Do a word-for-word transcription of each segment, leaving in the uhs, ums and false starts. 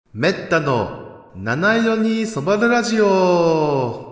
めったの七色に染まるラジオ。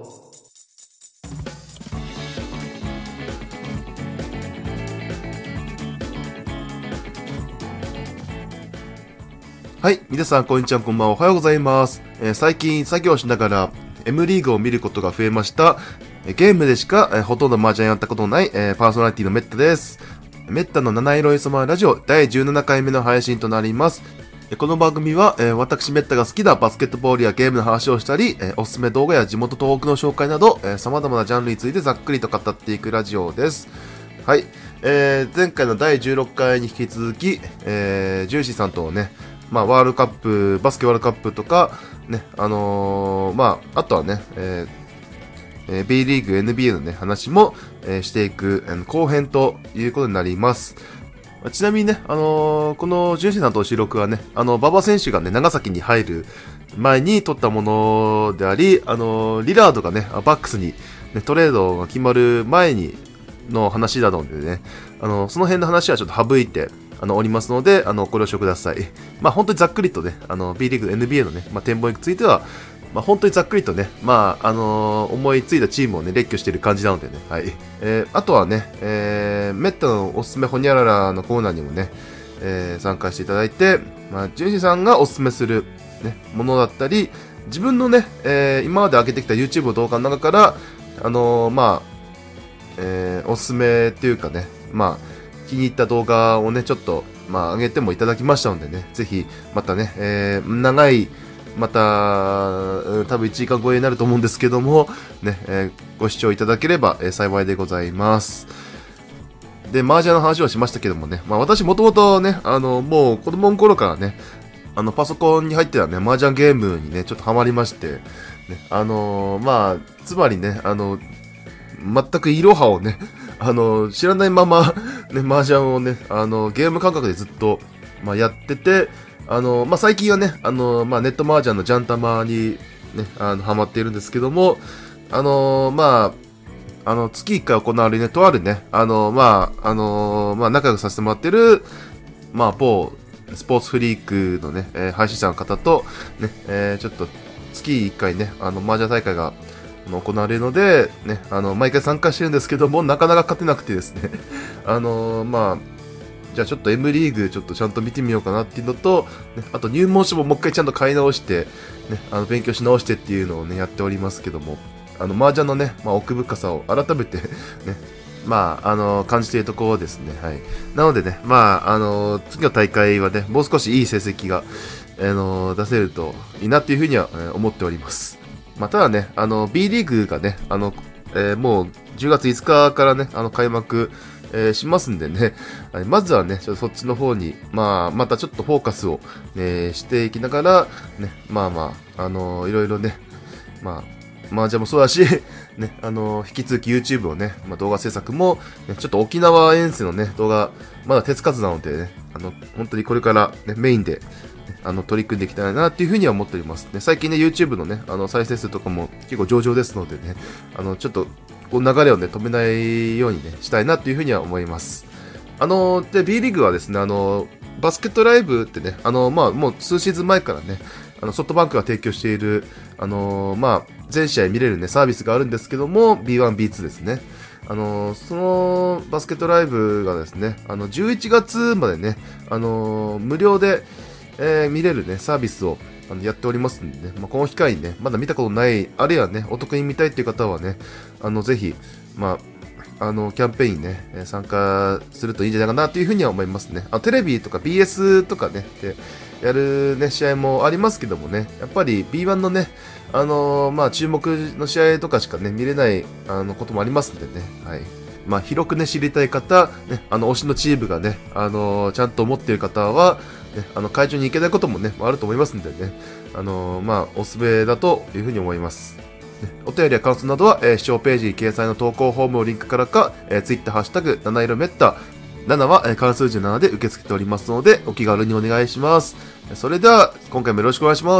はい、皆さんこんにちは、こんばんは、おはようございます。えー最近作業しながら M リーグを見ることが増えました。えーゲームでしか、えーほとんど麻雀やったことのない、えーパーソナリティのめったです。めったの七色に染まるラジオだいじゅうななかいめの配信となります。えーこの番組は、えー私めったが好きなバスケットボールやゲームの話をしたり、えーおすすめ動画や地元東北の紹介など、えー様々なジャンルについてざっくりと語っていくラジオです。はい、えー前回のだいじゅうろっかいに引き続き、えージューシーさんとね、まあ、ワールドカップ、バスケワールドカップとか、ね、あのーまあ、あとはね、えーえー B リーグ、エヌビーエー のね、話も、えーしていく、あの後編ということになります。ちなみにね、あのーこのジュンシーさんとの収録はね、あの、馬場選手がね、長崎に入る前に撮ったものであり、あのーリラードがね、バックスに、ね、トレードが決まる前にの話なのでね、あの、その辺の話はちょっと省いて、あの、おりますので、あの、ご了承ください。まあ、本当にざっくりとね、あの、B リーグ、エヌビーエー のね、まあ、展望については、まあ、本当にざっくりとね、まあ、あのー思いついたチームをね、列挙している感じなのでね、はい。えー、あとはね、えー、メッタのおすすめホニャララのコーナーにもね、えー、参加していただいて、まあ、ジュンシさんがおすすめする、ね、ものだったり、自分のね、えー、今まで上げてきた YouTube の動画の中から、あのーまあ、えーおすすめっていうかね、まあ、気に入った動画をね、ちょっと、まあ、上げてもいただきましたのでね、ぜひ、またね、えー長い、また、うん多分いちじかん超えになると思うんですけども、ね、えーご視聴いただければ、えー幸いでございます。で、麻雀の話をしましたけどもね、まあ私もともとね、あの、もう子供の頃からね、あの、パソコンに入ってたね、麻雀ゲームにね、ちょっとハマりまして、ね、あのーまあ、つまりね、あの、全くイロハをね、あの、知らないまま、ね、麻雀をね、あの、ゲーム感覚でずっと、まあ、やってて、あの、まあ、最近はね、あの、まあ、ネット麻雀のジャンタマに、ね、あの、ハマっているんですけども、あの、まあ、あの、月いっかい行われるね、とあるね、あの、まあ、あの、まあ、仲良くさせてもらってる、まあ、某、スポーツフリークのね、えー配信者の方と、ね、えーちょっと、月いっかいね、あの、麻雀大会が、あの行われるので、ね、あの、毎回参加してるんですけども、なかなか勝てなくてですね、あのーまあ、じゃあちょっと M リーグちょっとちゃんと見てみようかなっていうのと、ね、あと入門書ももう一回ちゃんと買い直して、ね、あの、勉強し直してっていうのをね、やっておりますけども、あの、麻雀のね、まあ、奥深さを改めてね、まあ、あの感じているところですね。はい。なのでね、まあ、あの次の大会はね、もう少しいい成績が、あの出せるといいなっていうふうには、えー思っております。まあ、ただね、あの、B リーグがね、あの、えーもうじゅうがついつかからね、あの、開幕、えーしますんでね、はいまずはね、ちょっとそっちの方に、まあ、またちょっとフォーカスを、ね、していきながら、ね、まあまあ、あのいろいろね、まあ、麻雀もそうだし、ね、あの引き続き YouTube をね、まあ、動画制作も、ね、ちょっと沖縄遠征のね、動画、まだ手つかずなのでね、あの、本当にこれから、ね、メインで、あの、取り組んでいきたいなっていうふうには思っております。ね、最近ね、YouTube のね、あの、再生数とかも結構上々ですのでね、あの、ちょっと、こう流れをね、止めないようにね、したいなっていうふうには思います。あの、で、B リーグはですね、あの、バスケットライブってね、あの、まあ、もう数シーズン前からね、あの、ソフトバンクが提供している、あの、まあ、全試合見れるね、サービスがあるんですけども、ビーワン、ビーツー ですね。あの、そのバスケットライブがですね、あの、じゅういちがつまでね、あの、無料で、えー見れるね、サービスをあのやっておりますんでね、まあ、この機会にね、まだ見たことない、あるいはね、お得に見たいっていう方はね、あの、ぜひ、まあ、あの、キャンペーンにね、えー参加するといいんじゃないかなというふうには思いますね。あ、テレビとか ビーエス とかね、でやるね、試合もありますけどもね、やっぱり ビーワン のね、あのーまあ、注目の試合とかしかね、見れない、あの、こともありますんでね、はい。まあ、広くね、知りたい方、ね、あの、推しのチームがね、あのーちゃんと持っている方は、ね、あの、会場に行けないこともね、あると思いますんでね、あのーまあ、おすすめだというふうに思います。ねお便りや感想などは、えー視聴ページ掲載の投稿フォームをリンクからか、えー、ツイッターハッシュタグ、七色めった、ななは、えー関数字のななで受け付けておりますので、お気軽にお願いします。それでは、今回もよろしくお願いします。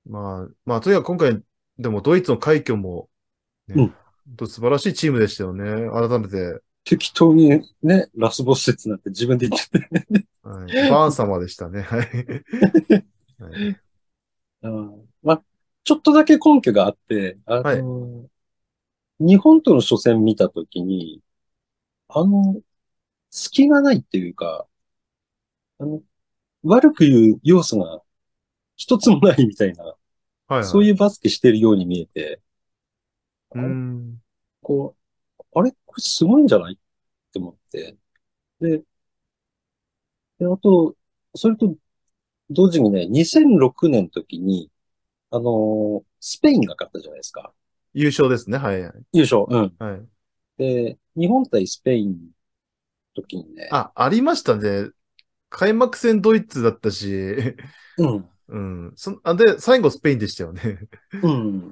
まあ、まあ、とにかく今回、でもドイツの快挙もね、 うん。 素晴らしいチームでしたよね。改めて。 適当にね、ラスボス説なんて自分で言っちゃって。 はい。バーン様でしたね。はい。はい。 うん、まあ、ちょっとだけ根拠があって、あはい。 の、日本との初戦見たときに、あの、隙がないっていうか、あの、悪く言う要素が一つもないみたいな、 はい。はい。 そういうバスケしてるように見えて、 うーあれ、 ん。 こう、あれ、これすごいんじゃないって思って。で、で、あと、それと同時にね、にせんろくねんの時に、あのースペインが勝ったじゃないですか。 優勝ですね。はい。 優勝。うん。 はい。 で、日本対スペインの時にね、 あ、ありましたね。開幕戦ドイツだったし、 うん、 うん。そ、あ、で、最後スペインでしたよね。 うん。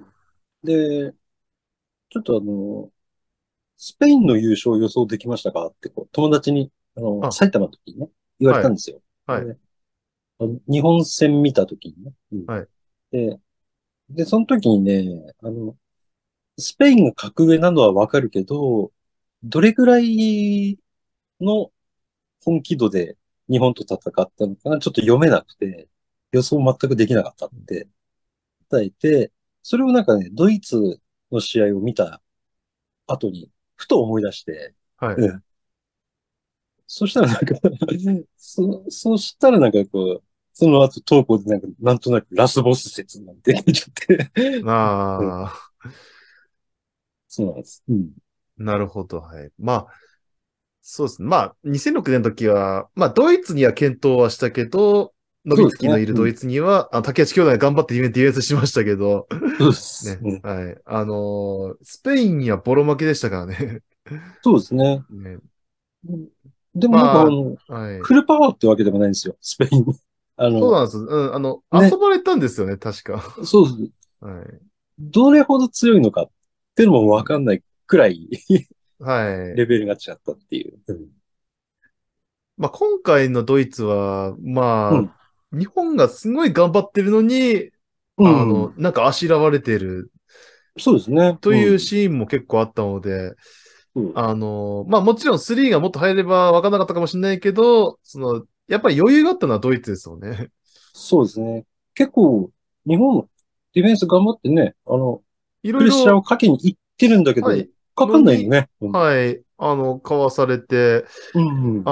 で、ちょっとあの、スペインの優勝予想できましたかってこう友達に、あの、 あ、 埼玉の時にね、言われはい。 たんですよ。 はい。 で、あの日本戦見た時にね。うん。 はい。 で、で、その時にね、あの、スペインが格上なのはわかるけど、どれぐらいの本気度で日本と戦ったのかな、ちょっと読めなくて、予想全くできなかったって伝えて、それをなんかね、ドイツの試合を見た後に、ふと思い出して、 はい。 うん。そしたらなんかそ、そしたらなんかこう、その後投稿でなんか、なんとなくラスボス説なんて出ちゃってうん、 ああ、 そうなんです。うん。 なるほど。はい。まあ、そうですね。まあ、にせんろくねんの時は、まあ、ドイツには健闘はしたけど、ノビツキのそうですね。 いるドイうん。 ツには、あ、竹内兄弟が頑張ってディフェンスしましたけど、 そうです。 ね。 うん。 はい。あのースペインにはボロ負けでしたからね。 そうですね。 ね。 うんでもなんかあまの、 あ、はい。 フルパワーってわけでもないんですよ、スペイン。あの、 そうなんです。うん。あの、遊ね。 ばれたんですよね、確か。 そうです。 はい。 どれほど強いのかっていうのもうん。 わかんないくらいはい。 レベルが違ったっていう。うん。 まあ、今回のドイツは、まうん。 あ、日本がすごい頑張ってるのに、 うあの、 ん。 なんかあしらわれてるそうですね。 といううん。 シーンも結構あったので、 うん。 あの、まあもちろんスリーがもっと入れば分からなかったかもしれないけど、その、やっぱり余裕があったのはドイツですよね。 そうですね。結構、日本、ディフェンス頑張ってね、あの、 いろプレッシャーをいろ、 かけに行ってるんだけど、 はい、 かかのに、 んないのね。うん。 はい、あの、かわされて、 うん。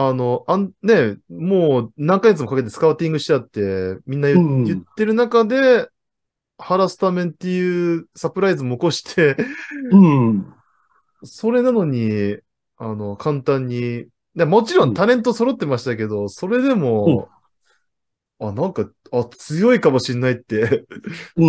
あの、あん、ね、もう何ヶ月もかけてスカウティングしちゃって、みんなう言、言っん。 てる中で、ハラスタメンっていうサプライズも起こして、 うん。 それなのに、あの、簡単に、でもちろうん。 んタレント揃ってましたけど、それでうん。 も、あ、なんか、あ、強いかもしんないってうん。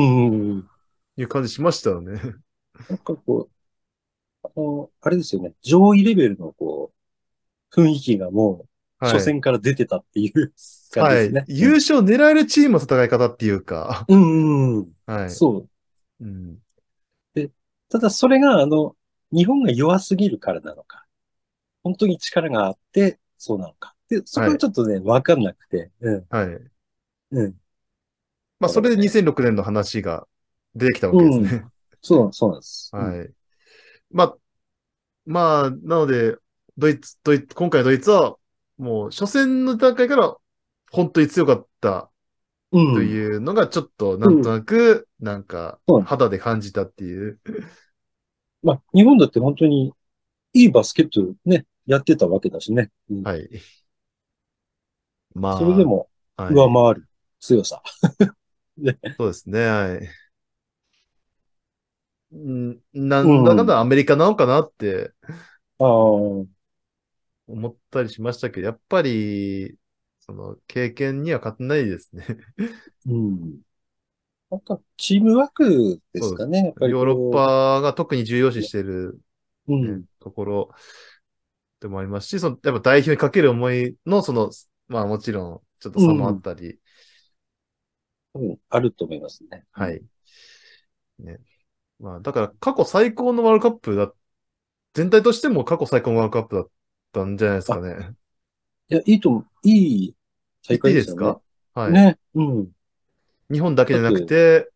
いう感じしましたよね。 なんかこう、あの、あれですよね。上位レベルのこう、雰囲気がもう、初はい。 戦から出てたっていう感じではい。 すね。うん。 優勝狙えるチームの戦い方っていうか、 うん。うん。 はい。 そう。 うん。 で、ただそれが、あの、日本が弱すぎるからなのか、本当に力があって、そうなのか。で、そこはい。 はちょっとね、わかんなくて。うん。 はい。 うん。 まあ、それでだからね。 にせんろくねんの話が出てきたわけですうん。 ね。 そう、そうなんです。うん。 はい。まあ、まあ、なので、ドイツ、ドイツ、今回のドイツは、もう、初戦の段階から、本当に強かったとうん。 いうのが、ちょっと、なんとうん。 なく、なんか、 そうなんです。 肌で感じたっていう。 まあ、日本だって本当にいいバスケットね、やってたわけだしね。うん。 はい。まそれでもあ、はい。 上回る強さ。で、 そうですね。はい。んなうんだかんん。 だアメリカなのかなってああ、 思ったりしましたけど、やっぱり、その、経験には勝てないですね。 うん。なんか、チームワークでそうです。 すかね。やっぱりヨーロッこパが特に重要視している、ね、 う、うん。 ところでもありますし、その、やっぱ代表にかける思いの、その、まあもちろん、ちょっと差もあっうん。 たり、 うん。あると思いますね。うん。 はい。ね。まあ、だから過去最高のワールドカップだ、全体としても過去最高のワールドカップだったんじゃないですかあ、 ね。 いや、いいと思う、いい大言ってい会ですよね。 いですか？はい。 ね。うん。 日本だけじゃなくだって、 て、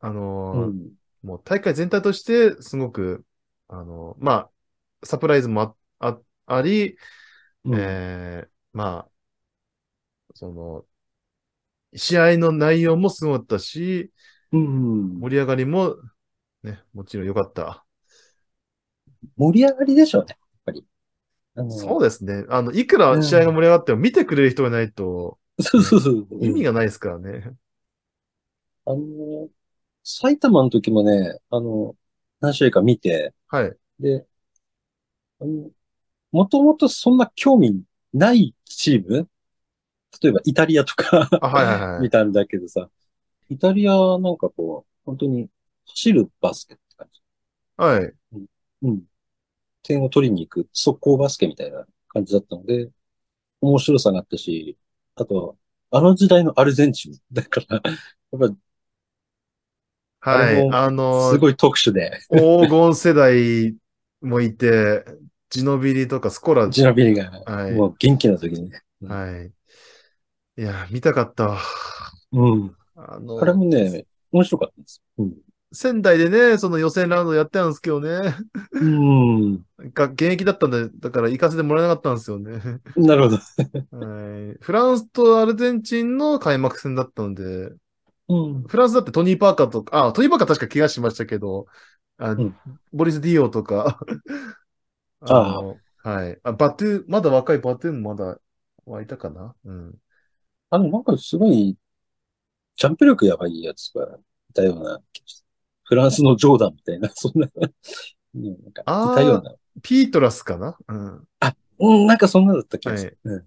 あのーうん。 もう大会全体として、すごく、あのーまあ、サプライズもあ、あ、あり、 うん。 えー、まあ、その、試合の内容もすごかったし、 うん。 盛り上がりもね、もちろん良かった。 盛り上がりでしょうね。やっぱり。あの、 そうですね。あの、いくら試合がうん。 盛り上がっても見てくれる人がいないと、ね、 そうそうそう。 意うん。 味がないですからね。 あの、埼玉の時もね、あの、何試合か見て、 はい。 で、あの、もともとそんな興味ないチーム、例えばイタリアとかあ、はいはいはい。 見たんだけどさ、イタリアなんかこう、本当に走るバスケって感じ。 はい。 うん。うん。点を取りに行く速攻バスケみたいな感じだったので、面白さがあったし、あと、あの時代のアルゼンチン。だから、やっぱ、あれはい。 もあの、 すごい特殊で、 黄金世代もいて、ジノビリとかスコラ、 ジナビリがはい。 もう元気な時にね。うん。 はい。いや、見たかったわ。 うん。あれあの、 もね、面白かったんです。うん。 仙台でね、その予選ラウンドやってたんですけどね。 うん。 が現役だったんで、だから行かせてもらえなかったんですよね。 なるほど。 はい。フランスとアルゼンチンの開幕戦だったので、 うん。 フランスだってトニー・パーカーとか、あ、トニー・パーカー確か怪我しましたけど、あ、 うん。 ボリス・ディオとか、あああ。 の、はい。あ、バトゥー、まだ若いバトゥーンまだはいたかな。うん。 あの、なんかすごい、ジャンプ力やばいやつがいたような気がして、フランスのジョーダンみたいな、そんな、うん、なんか、いたようあな。 ー、ピートラスかな。うん。 あ、うん、なんかそんなだった気がすはい。 る。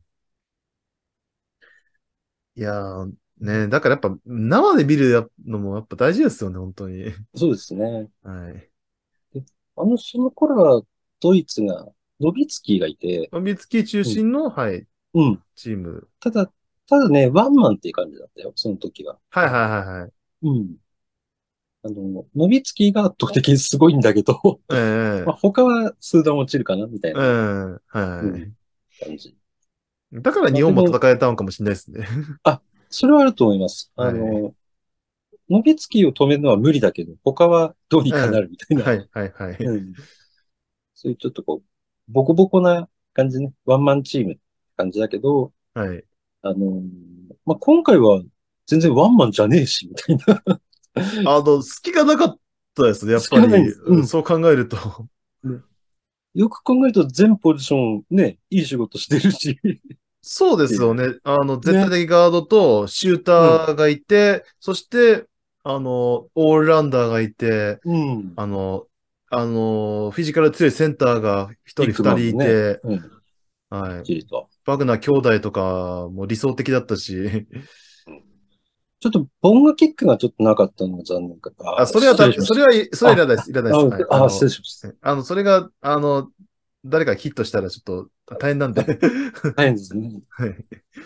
いやー、 うん。 ね、だからやっぱ生で見るのもやっぱ大事ですよね、本当に。 そうですね。 はい。 で、あの、その頃は、ドイツが、ノビツキーがいて、 まあ、三月中うん、 心の、はい、 うん。 チーム。 ただ、ただね、ワンマンっていう感じだったよ、その時は。 はいはいはいはい。 うん。あの、ノビツキーが圧倒的にすごいんだけど、 えまあ、 え他は数段落ちるかな、みたいええなね。うん。 はい。 感じ。 だから日本もまあでも、 戦えたのかもしれないですね。 あ、それはあると思います。あはい。 の、ノビツキーを止めるのは無理だけど、他はどうにかなうん。 るみたいな。 はいはいはい。 うん。そういうちょっとこう、ボコボコな感じね。ワンマンチームって感じだけど、 はい。 あの、まあ、今回は全然ワンマンじゃねえし、みたいな。 あの、隙がなかったですね、やっぱり。 少ないんです。うん。 うんそう考えると。 ね、よく考えると全ポジションね、いい仕事してるし、っそうでていう。 すよね。あの、絶対ね。 的ガードとシュータうん。 ーがいて、そして、あの、オールラウンダーがいて、 うん。 あの、あの、フィジカル強いセンターが一人二ビッグマン人もね、 いて、 うん。きっはい。 ちりと。 バグナー兄弟とかも理想的だったし、 うん。ちょっと、ボンガキックがちょっとなかったのが残念かった。 あ、 あー、 それはだ、 失礼しましそれは、それた。あ、 はいらないです。いらないです。はい。ああ、あ、失の、 礼しましあの、それが、あの、誰かヒットしたらちょっと大変なんで。 た。あ、大変ですね。 はい。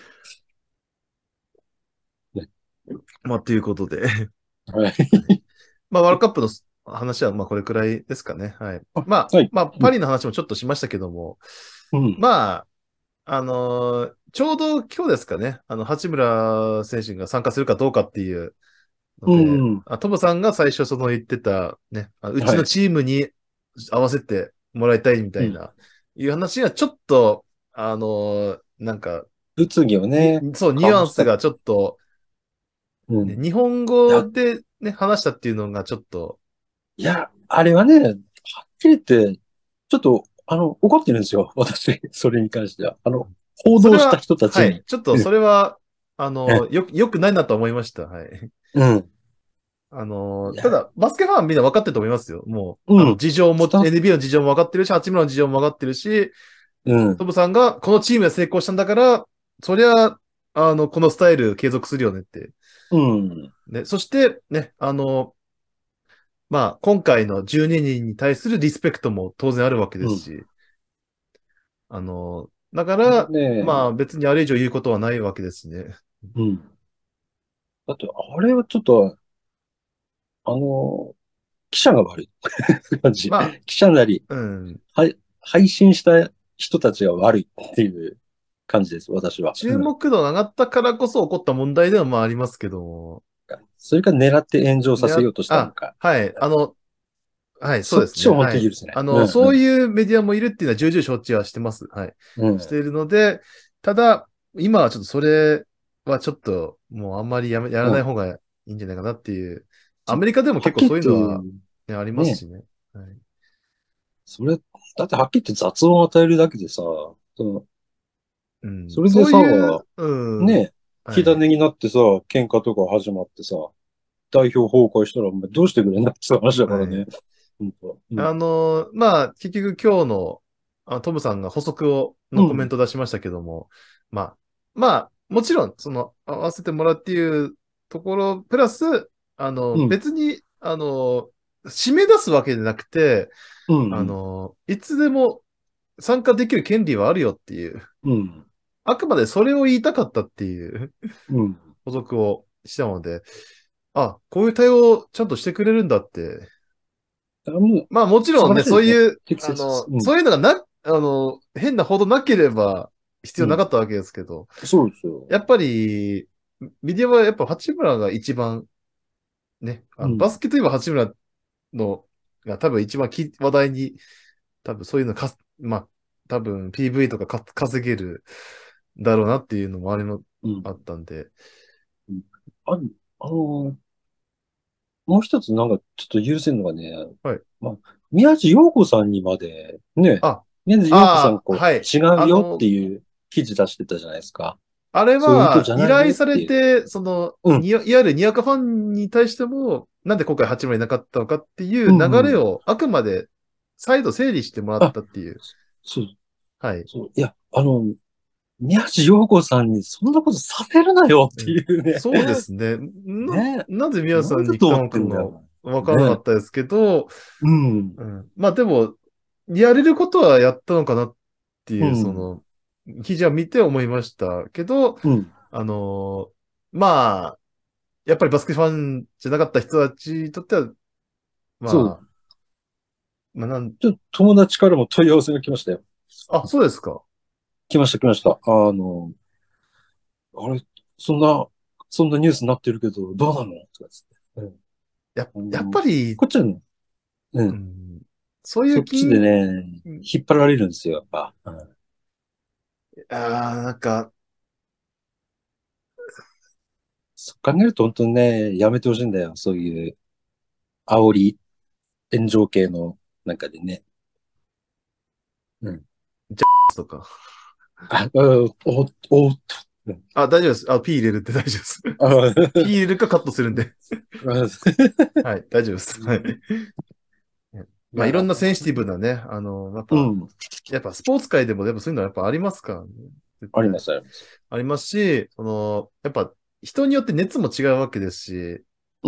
ね。 まあ、ということで。 はい。 はい。まあ、ワールドカップの話は、まあ、これくらいですかね。はい。 あ、 まあ、 はい。 まあ、 うん。 パリの話もちょっとしましたけども、 うん。 まあ、あのーちょうど今日ですかね、あの、八村選手が参加するかどうかっていうのうで、 ん。 あ、トムさんが最初その言ってた、ね、あうちはい。 のチームに合わせてもらいたいみたうん。 いな、いう話がちょっと、あのーなんか、 物議をに、 ね、 そう、ニュかもした。 アンスがちょっと、ね、 うん。 日本いや、 語でね、話したっていうのがちょっと、 いや、あれはね、はっきり言って、ちょっと、あの、怒ってるんですよ。私、それに関しては。あの、報道したそれは、 人たちはい、 に。 ちょっとうん。 それは、あのね。 よ、よくないなと思いました。はい。 うん。 あのいや、 ただ、バスケファンみんな分かってると思いますよ。もう、あの、 うん。 事情も、 伝わっ、 エヌビーエー の事情も分かってるし、八村の事情も分かってるし、 うん。 トムさんがこのチームで成功したんだから、そりゃ、あの、このスタイル継続するよねって。 うん。 ね、そして、ね、あの、まあ、今回のじゅうににんに対するリスペクトも当然あるわけでうん。 すし、あの、だかあれら、まね、 あ、別にあれ以上言うことはないわけですね。 うん。だって、あれはちょっと、あの、記者が悪い感じ。 まあ、 記者なり、 うん。 はい、配信した人たちが悪いっていう感じです、私は。 注うん。 目度が上がったからこそ起こった問題ではまあありますけども、 それか狙って炎上させね、 ようとしたのあ、 か。 はい。あの、はい、そうそですね。 っちを本はい。 当に許せない。 あの、 うん、うん、 そういうメディアもいるっていうのは重々承知はしてます。はい。 うん。 しているので、ただ、今はちょっとそれはちょっと、もうあんまりやめ、やらうん。 ない方がいいんじゃないかなっていう。アちょメリカでもはっ結構そういうきり言っのは、 て、 ね、ありますね、 しね。はい。 それ、だってはっきり言って雑音を与えるだけでさ、その、 うん。 それでさ、 そういう、うん。 ね、火はい。 種になってさ、喧嘩とか始まってさ、代表崩壊したら、お前どうしてくれんだって話だからね。 はい。 本当。うん。 あの、まあ、結局今日の、あ、トムさんが補足を、のコメンうん。 トを出しましたけども、まあ、まあ、もちろん、その、合わせてもらうっていうところ、プラス、あの、 うん。 別に、あの、締め出すわけじゃなくて、あうん。 の、いつでも参加できる権利はあるよっていう、 うん。 あくまでそれを言いたかったっていううん。 補足をしたので、あ、こういう対応をちゃんとしてくれるんだってあ、もう、 まあもちろんね、 素晴らしいですね。 そういう、 適切です。 あの、 うん。 そういうのがな、あの、変なほどなければ必うん。 要なかったわけですけど、 そうですよ。 やっぱり、ミディアはやっぱ八村が一番ね、あの、バうん。 スケといえば八村のが多分一番き話題に、多分そういうのかす、まあ、多分 ピーブイ とかか稼げるだろうなっていうのもあれの、 うん。 あったんで、 うん。あ、あの、もう一つなんかちょっと許せんのがね、 はい。 まあ、宮地洋子さんにまで、ね、 あ、 宮地洋子さんああ、 こはい。 う違うよってあの、 いう記事出してたじゃないですか。 あれそういう意図は、 じゃないよ依頼さっていう。 れて、その、 うん。 にいわゆるにわかファンに対しても、なんで今回八村いなかったのかっていうう流れん。 を、あくまで再度整理してもらっあ、 たっていう。 そう、 はい。 そう。いや、あの、宮地洋子さんにそんなことさせるなよってねいうね。 そうですね。な、 ね。 なぜ宮さんに来たなんで通っのかがてんだよ。 わからなかね。 ったですけど、 うん。 うん、まあでも、やれることはやったのかなっていう、そうん。 の、記事は見て思いましたけど、 うん。 あのまあ、やっぱりバスケファンじゃなかった人たちにとっては、 そう。 まあ、まあ、なん、 ちょっと友達からも問い合わせが来ましたよ。 あ、そうですか。 来ました、来ました。あの、あれ、そんな、そんなニュースになってるけど、どうなのとかつって。うん。 や、やっあの、 ぱり、 こっちはね、うん。 うん、そういうそっちで金、 ね、引っ張られるんですよ、やっぱ。うん。 ああ、なんか、 そう考えると本当にね、やめてほしいんだよ。そういう煽り、炎上系の中でね。うん。 とか。 あ、うんお、おっと。うん。 あ、大丈夫です。あ、P 入れるって大丈夫です。 あ P 入れるかカットするんうん。 で。はい、大丈夫です。はい。 いや、 まあ、いろんなセンシティブなね、あの、やっぱ、 うん。 やっぱスポーツ界でもやっぱそういうのはやっぱありますからね。絶対。 あります、あります。 ありますし、その、やっぱ人によって熱も違うわけですし、 うん。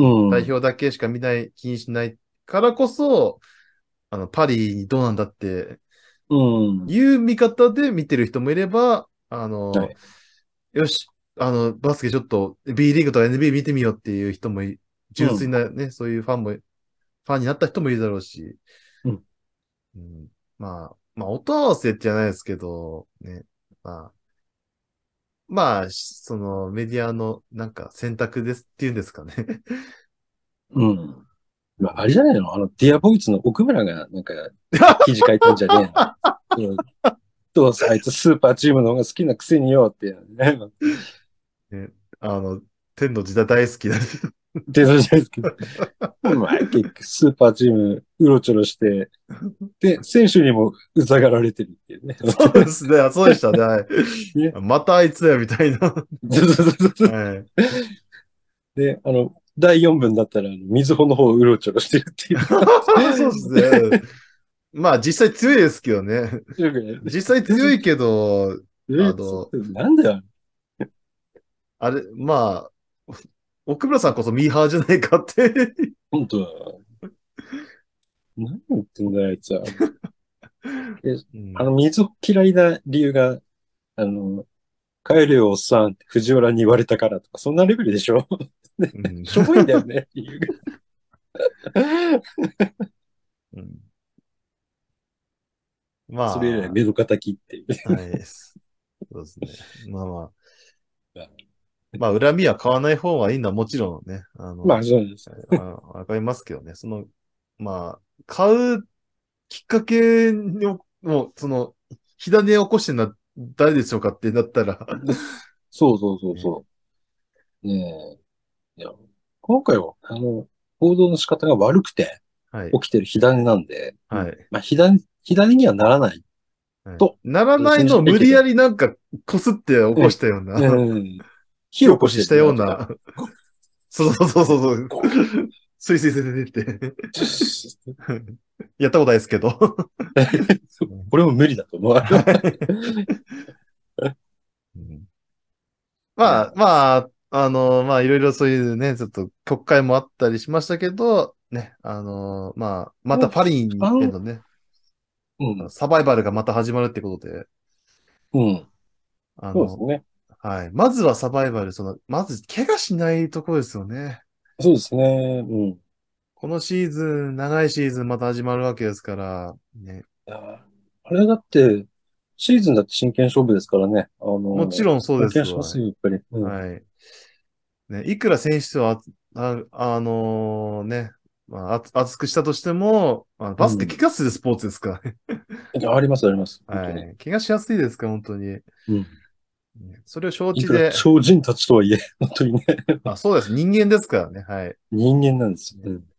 代表だけしか見ない、気にしないからこそ、あの、パリにどうなんだってうん。 いう見方で見てる人もいれば、あの、 はい。 よし、あの、バスケちょっと B リーグとか エヌビーエー 見てみようっていう人もい、純粋うん。 なね、そういうファンも、ファンになった人もいるだろうし、 うん。 うん、まあ、まあ、音合わせじゃないですけど、ね、まあ、まあ、そのメディアのなんか選択ですっていうんですかね。 うん。まあ、あれじゃないのあの、ディアボイスの奥村が、なんか、記事書いてんじゃねえの。うん。どうせあいつスーパーチームの方が好きなくせによってね。 ねあの、天の時代大好きな。 で、そうじゃないですけど。まあ、結局、スーパーチーム、うろちょろして、で、選手にもうざがられてるっていうね。 そうですね。そうでしたね。はいね。 またあいつや、みたいな。 そうそうそうそう。 はい。 で、あの、だいよんぶんだったら、あのみずほの方をうろちょろしてるっていうそうですね。まあ実際強いですけどね。 よくね。 実際強いけど、あえ、つの、 なんだよ。 あれ、まあ、奥村さんこそミーハーじゃないかって本当は。何言ってんだよ、あいつは。え、 うん。 あの、水を嫌いな理由が、あの、帰れよ、おっさんって藤原に言われたからとか、そんなレベルでしょ。ね。 うん。 しょぼいんだよね、理由が。 うんそれ以来、 ま目の敵っていう。 あ、はい。そうですね。まあままあ、恨みは買わない方がいいのはもちろんね、あまあ、 の、 そうです。 あわかりますけどね、その、まあ、買うきっかけを、もう、その、火種を起こしてるのは誰でしょうかってなったら、 そうそうそうね、 そう。ねえ。いや、今回は、あの、報道の仕方が悪くてはい、 起きてる火種なんで、うん、 はい、 まあ、火種、火種にはならないはい。 とならない信じのを無理やたいけど、 りなんか、こすって起こうん、 したような、 うん、火を起こして火起こししたるなとか、 ような、そうそうそうそうそう、スイスイスイスイってやったことないですけど。 これも無理だと思う。 はい。うん、まあ、 いや、 まあ、あの、まあ、いろいろそういうね、ちょっと曲解もあったりしましたけど、ね、あの、まあ、またもう、 パリファン、 へのね、 うん、 サバイバルがまた始まるってことで、 うん、 あの、 そうですね。 はい。まずはサバイバル、その、まず怪我しないところですよね。 そうですね。うん。いこのシーズン、長いシーズンまた始まるわけですから、ね。 や、あれだって、シーズンだって真剣勝負ですからね。あの、 もちろんそう尊ですわ。 敬しますよ、やっぱり。うん。 はい。ね、いくら選手は、あ、あのね、まあ、熱熱くしたとしても、まあ、バスケ怪うん。 我するスポーツですからね。 いや、あります、あります。本当に。 はい。怪我しやすいですから、本当に。 うん。 ね、それを承いくら知で、 超人たちとはいえ、本当にね、 あ、そうです。人間ですからね。はい。 人間なんですよ。うね、 ん。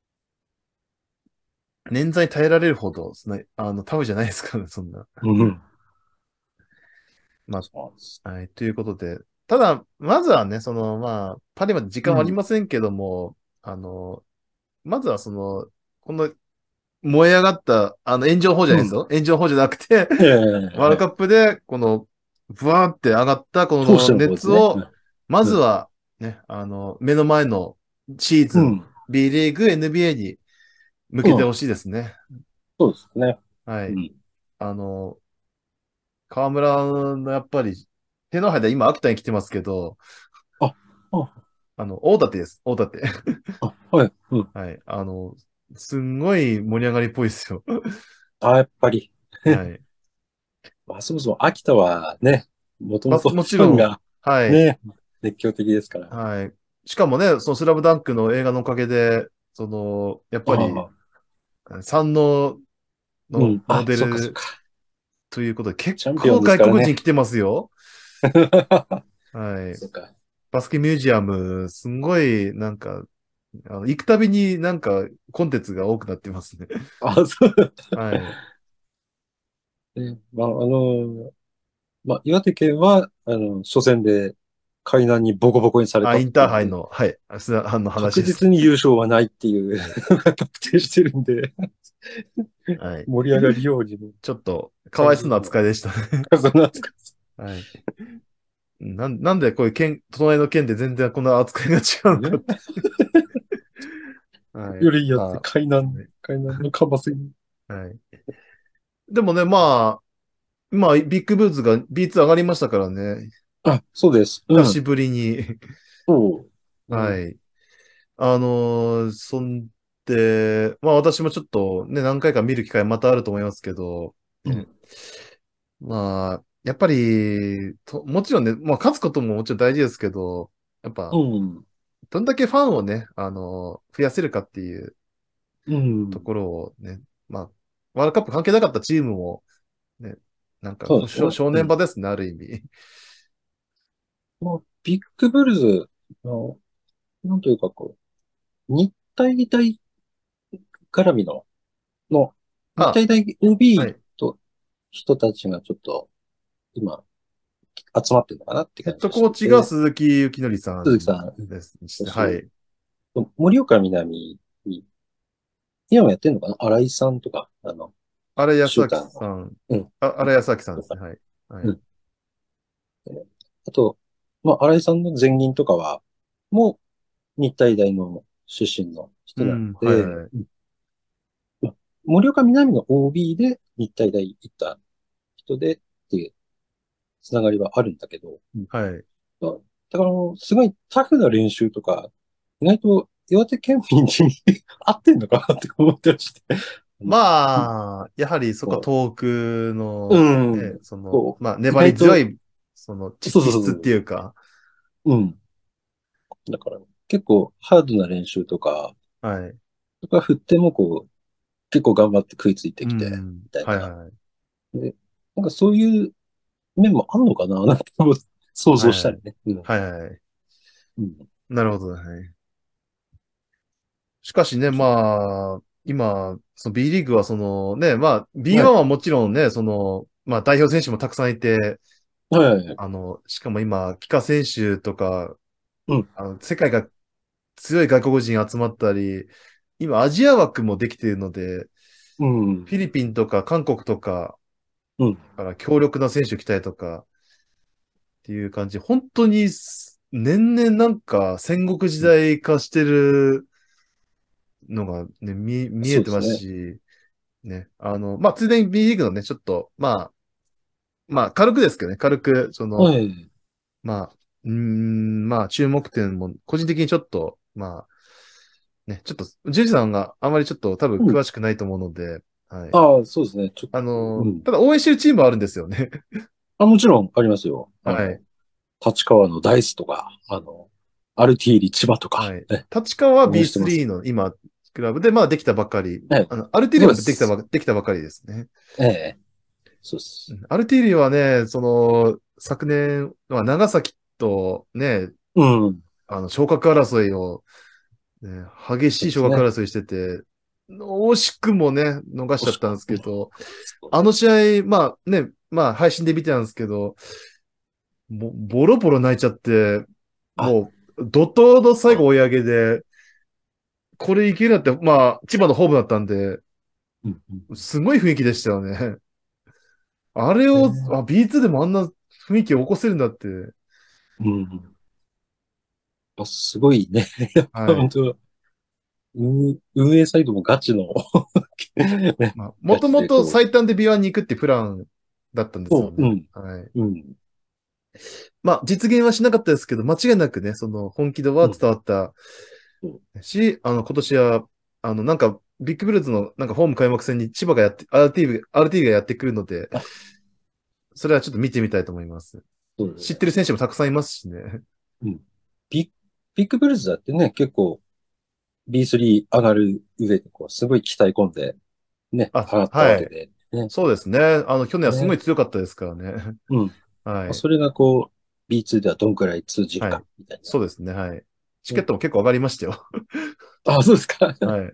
捻挫に耐えられるほど、そんな、あの、タフじゃないですからね、そんな。 うん。 まそうなんです。 あ、はい。ということで、ただ、まずはね、その、まあ、パリまで時間はありうん。 ませんけども、あの、まずはその、この燃え上がった、あの、炎上法じゃうん。 ないですよ。炎上法じゃなくて、 ええ、 ワールドカップで、この、ブワーって上がった、この後者の方ですね。う熱を、 ん。 まずうん。 は、ね、あの、目の前のシーズン、 うん。 B リーグ、エヌビーエー に向けうん。 てほしいですね。 そうですね。 はい。 うん。 あの、河村のやっぱり、手の肌今、秋田に来てますけど、 あ、あ、 あの、大館です。大館。 あ、はい。うん。 はい。あの、すんごい盛り上がりっぽいですよ。 あ、やっぱり。 はい。 まあ、そもそも秋田はね、もともとバス、もちろん、 ファンがはい。 ね、熱狂的ですから。 はい。しかもね、そのスラムダンクの映画のおかげで、その、やっぱり、 ああ、 三能のうん。 モあ、 デルそっかそっか。 ということで、結チャンピオン構外ですからね。 国人来てますよ。はい。 そっか。 バスケミュージアム、すんごい、なんか、あの、行くたびになんか、コンテンツが多くなってますね。 あ、そう。 はい。 ね、まあ、あの、まあ、岩手県は、あの、初戦で海南にボコボコにされあ、 たっインていうんで、 ターハイの、はい。あすあの話確です。 実に優勝はないっていうはい。 のが確定してるんで、 はい。 盛り上がりようにも、 ちょっと、かわいそうな会場にも、 扱いでしたね。 そんな扱いです。 はい。なん、なんでこういう県、隣の県で全然こんな扱いが違うのかっね、 て。はい。 よりいいやつ、 ま海あ、 南、 ね、 海南のかますに。 はい。でもね、まあ、まあ、ビッグブーツが ビーツー 上がりましたからね。 あ、そうです。うん。 久しぶりに。 そう。うん。 はい。あのーそんで、まあ私もちょっとね、何回か見る機会またあると思いますけど、ね、 うん。 まあ、やっぱり、と、もちろんね、まあ勝つことももちろん大事ですけど、やっぱ、 うん。 どんだけファンをね、あのー増やせるかっていううん。 ところをね、まあ、ワールドカップ関係なかったチームも、ね、なんかこう、正そうですね。 正うん。 念場ですね、ある意味。 まあ、ビッグブルズの、なんというかこう、日体大絡みの、の、日あ、 体大はオービーい。 と人たちがちょっと今集まってるのかなってヘッ感じがしドコーチがてて、 鈴木幸則さん鈴木さん、うん、 です。はだし、 い。 森岡南に、今もやってんのかな新井さんとか、あの、 荒井康明シューターの、 さん。 うん、 あ、荒井康明さんとか、 ですね。はい。はい。 うん。あと、まあ、新井さんの前任とかは、もう日体大の出身の人なのうん、はいで、 はい。 うん、まあ、森岡南の オービー で日体大行った人でっていうつながりはあるんだけど、うん、 はい。 だだから、すごいタフな練習とか、意外と岩手県民に合ってんのかなって思ってまして。あのまあ、やはりそこはこ遠くう、 の、 うん、 ね、その、 こう、意まあ、粘り外と、 強い、その、ちそうそう気質ってそう、 いうか、 うん。だから、結構ハードな練習とか、 はい。 とか振ってもこう、結構頑張って食いついてうきて、 ん。 みたいな。 はいはい。 で、なんかそういう面もあんのかななんて想はいはい。 像したりね。うん。 はいはい。 うん。 なるほど。はい。しかしね、まあ、今、その B リーグはそのね、まあはい。 ビーワン はもちろんね、その、まあ代表選手もたくさんいて、 はい。 あの、しかも今、帰化選手とか、 うん。 あの、世界が強い外国人集まったり、今アジア枠もできているので、 うん。 フィリピンとか韓国とかうん。 から強力な選手来たりとかっていう感じ、本当に年々なんか戦国時うん。 代化してるのがね、見、見えてますそうですね。 し、ね。あの、まあ、ついでに B リーグのね、ちょっと、まあ、まあ、軽くですけどね、軽く、その、 はい。 まあ、うーん、まあ、注目点も、個人的にちょっと、まあ、ね、ちょっと、ジュンさんがあまりちょっと多分うん。 詳しくないと思うので、はい。 ああ、そうですね。ちょっあと、うの、 ん。 ただ応援してるチームはあるんですよね。 あ、もちろんありますよ。あの、 はい。 立川のダイスとか、あの、アルティーリ千葉とか、 はい。 ね、 立川は応援してますビースリーよ。 の今、クラブで、まあ、できたばっかり。 ええ、 あの、アルティリそうアもできたば、 です。 できたばかりですね。 ええ、そうです。 うんアルティリはね、その、昨年、まあ、長崎とね、 うん。 あの、昇格争いを、ね、激しい昇そうですね。 格争いしてて、惜しくもね、逃し惜しくちゃったんですけど、 そうあの試合、まあね、まあ配信で見てたんですけど、もうボロボロ泣いちゃって、 あ、 もう怒涛の最後あ、 追い上げで、これいけるなって、まあ千葉のホームだったんで、 うんうんすごい雰囲気でしたよね。あれを、 うん。 あ、ビーツー でもあんな雰囲気を起こせるんだって。 うん。あ、すごいね。やっぱはい。 本当、運運営サイドもガチのね、 まあ、もガともとチでこ最短で ビーワン に行くってプランだったんですう、お、うよね。 ん、 はい。 うん、 まあ、実現はしなかったですけど、間違いなくね、その本気度はうん、 伝わったうん。 し、あの、今年は、あの、なんか、ビッグブルーズのなんかホーム開幕戦に千葉がやって、アールティー、アールティー がやってくるので、 あ、 それはちょっと見てみたいと思います。 そうだね。 知ってる選手もたくさんいますしね。 うん。ビッ、ビッグブルーズだってね、結構 ビースリー 上がる上で、こう、すごい鍛え込んで、ね、 あ、 上がったわはい。 けで、ね、 そうですね。あの、去年はすごいね、 強かったですからね。 うん。 はい。 それがこう、ビーツー ではどんくらい通じるか、 はい。 みたいな。 そうですね。はい。チケッね。 トも結構上がりましたよ。 あ、そうですか。 はい。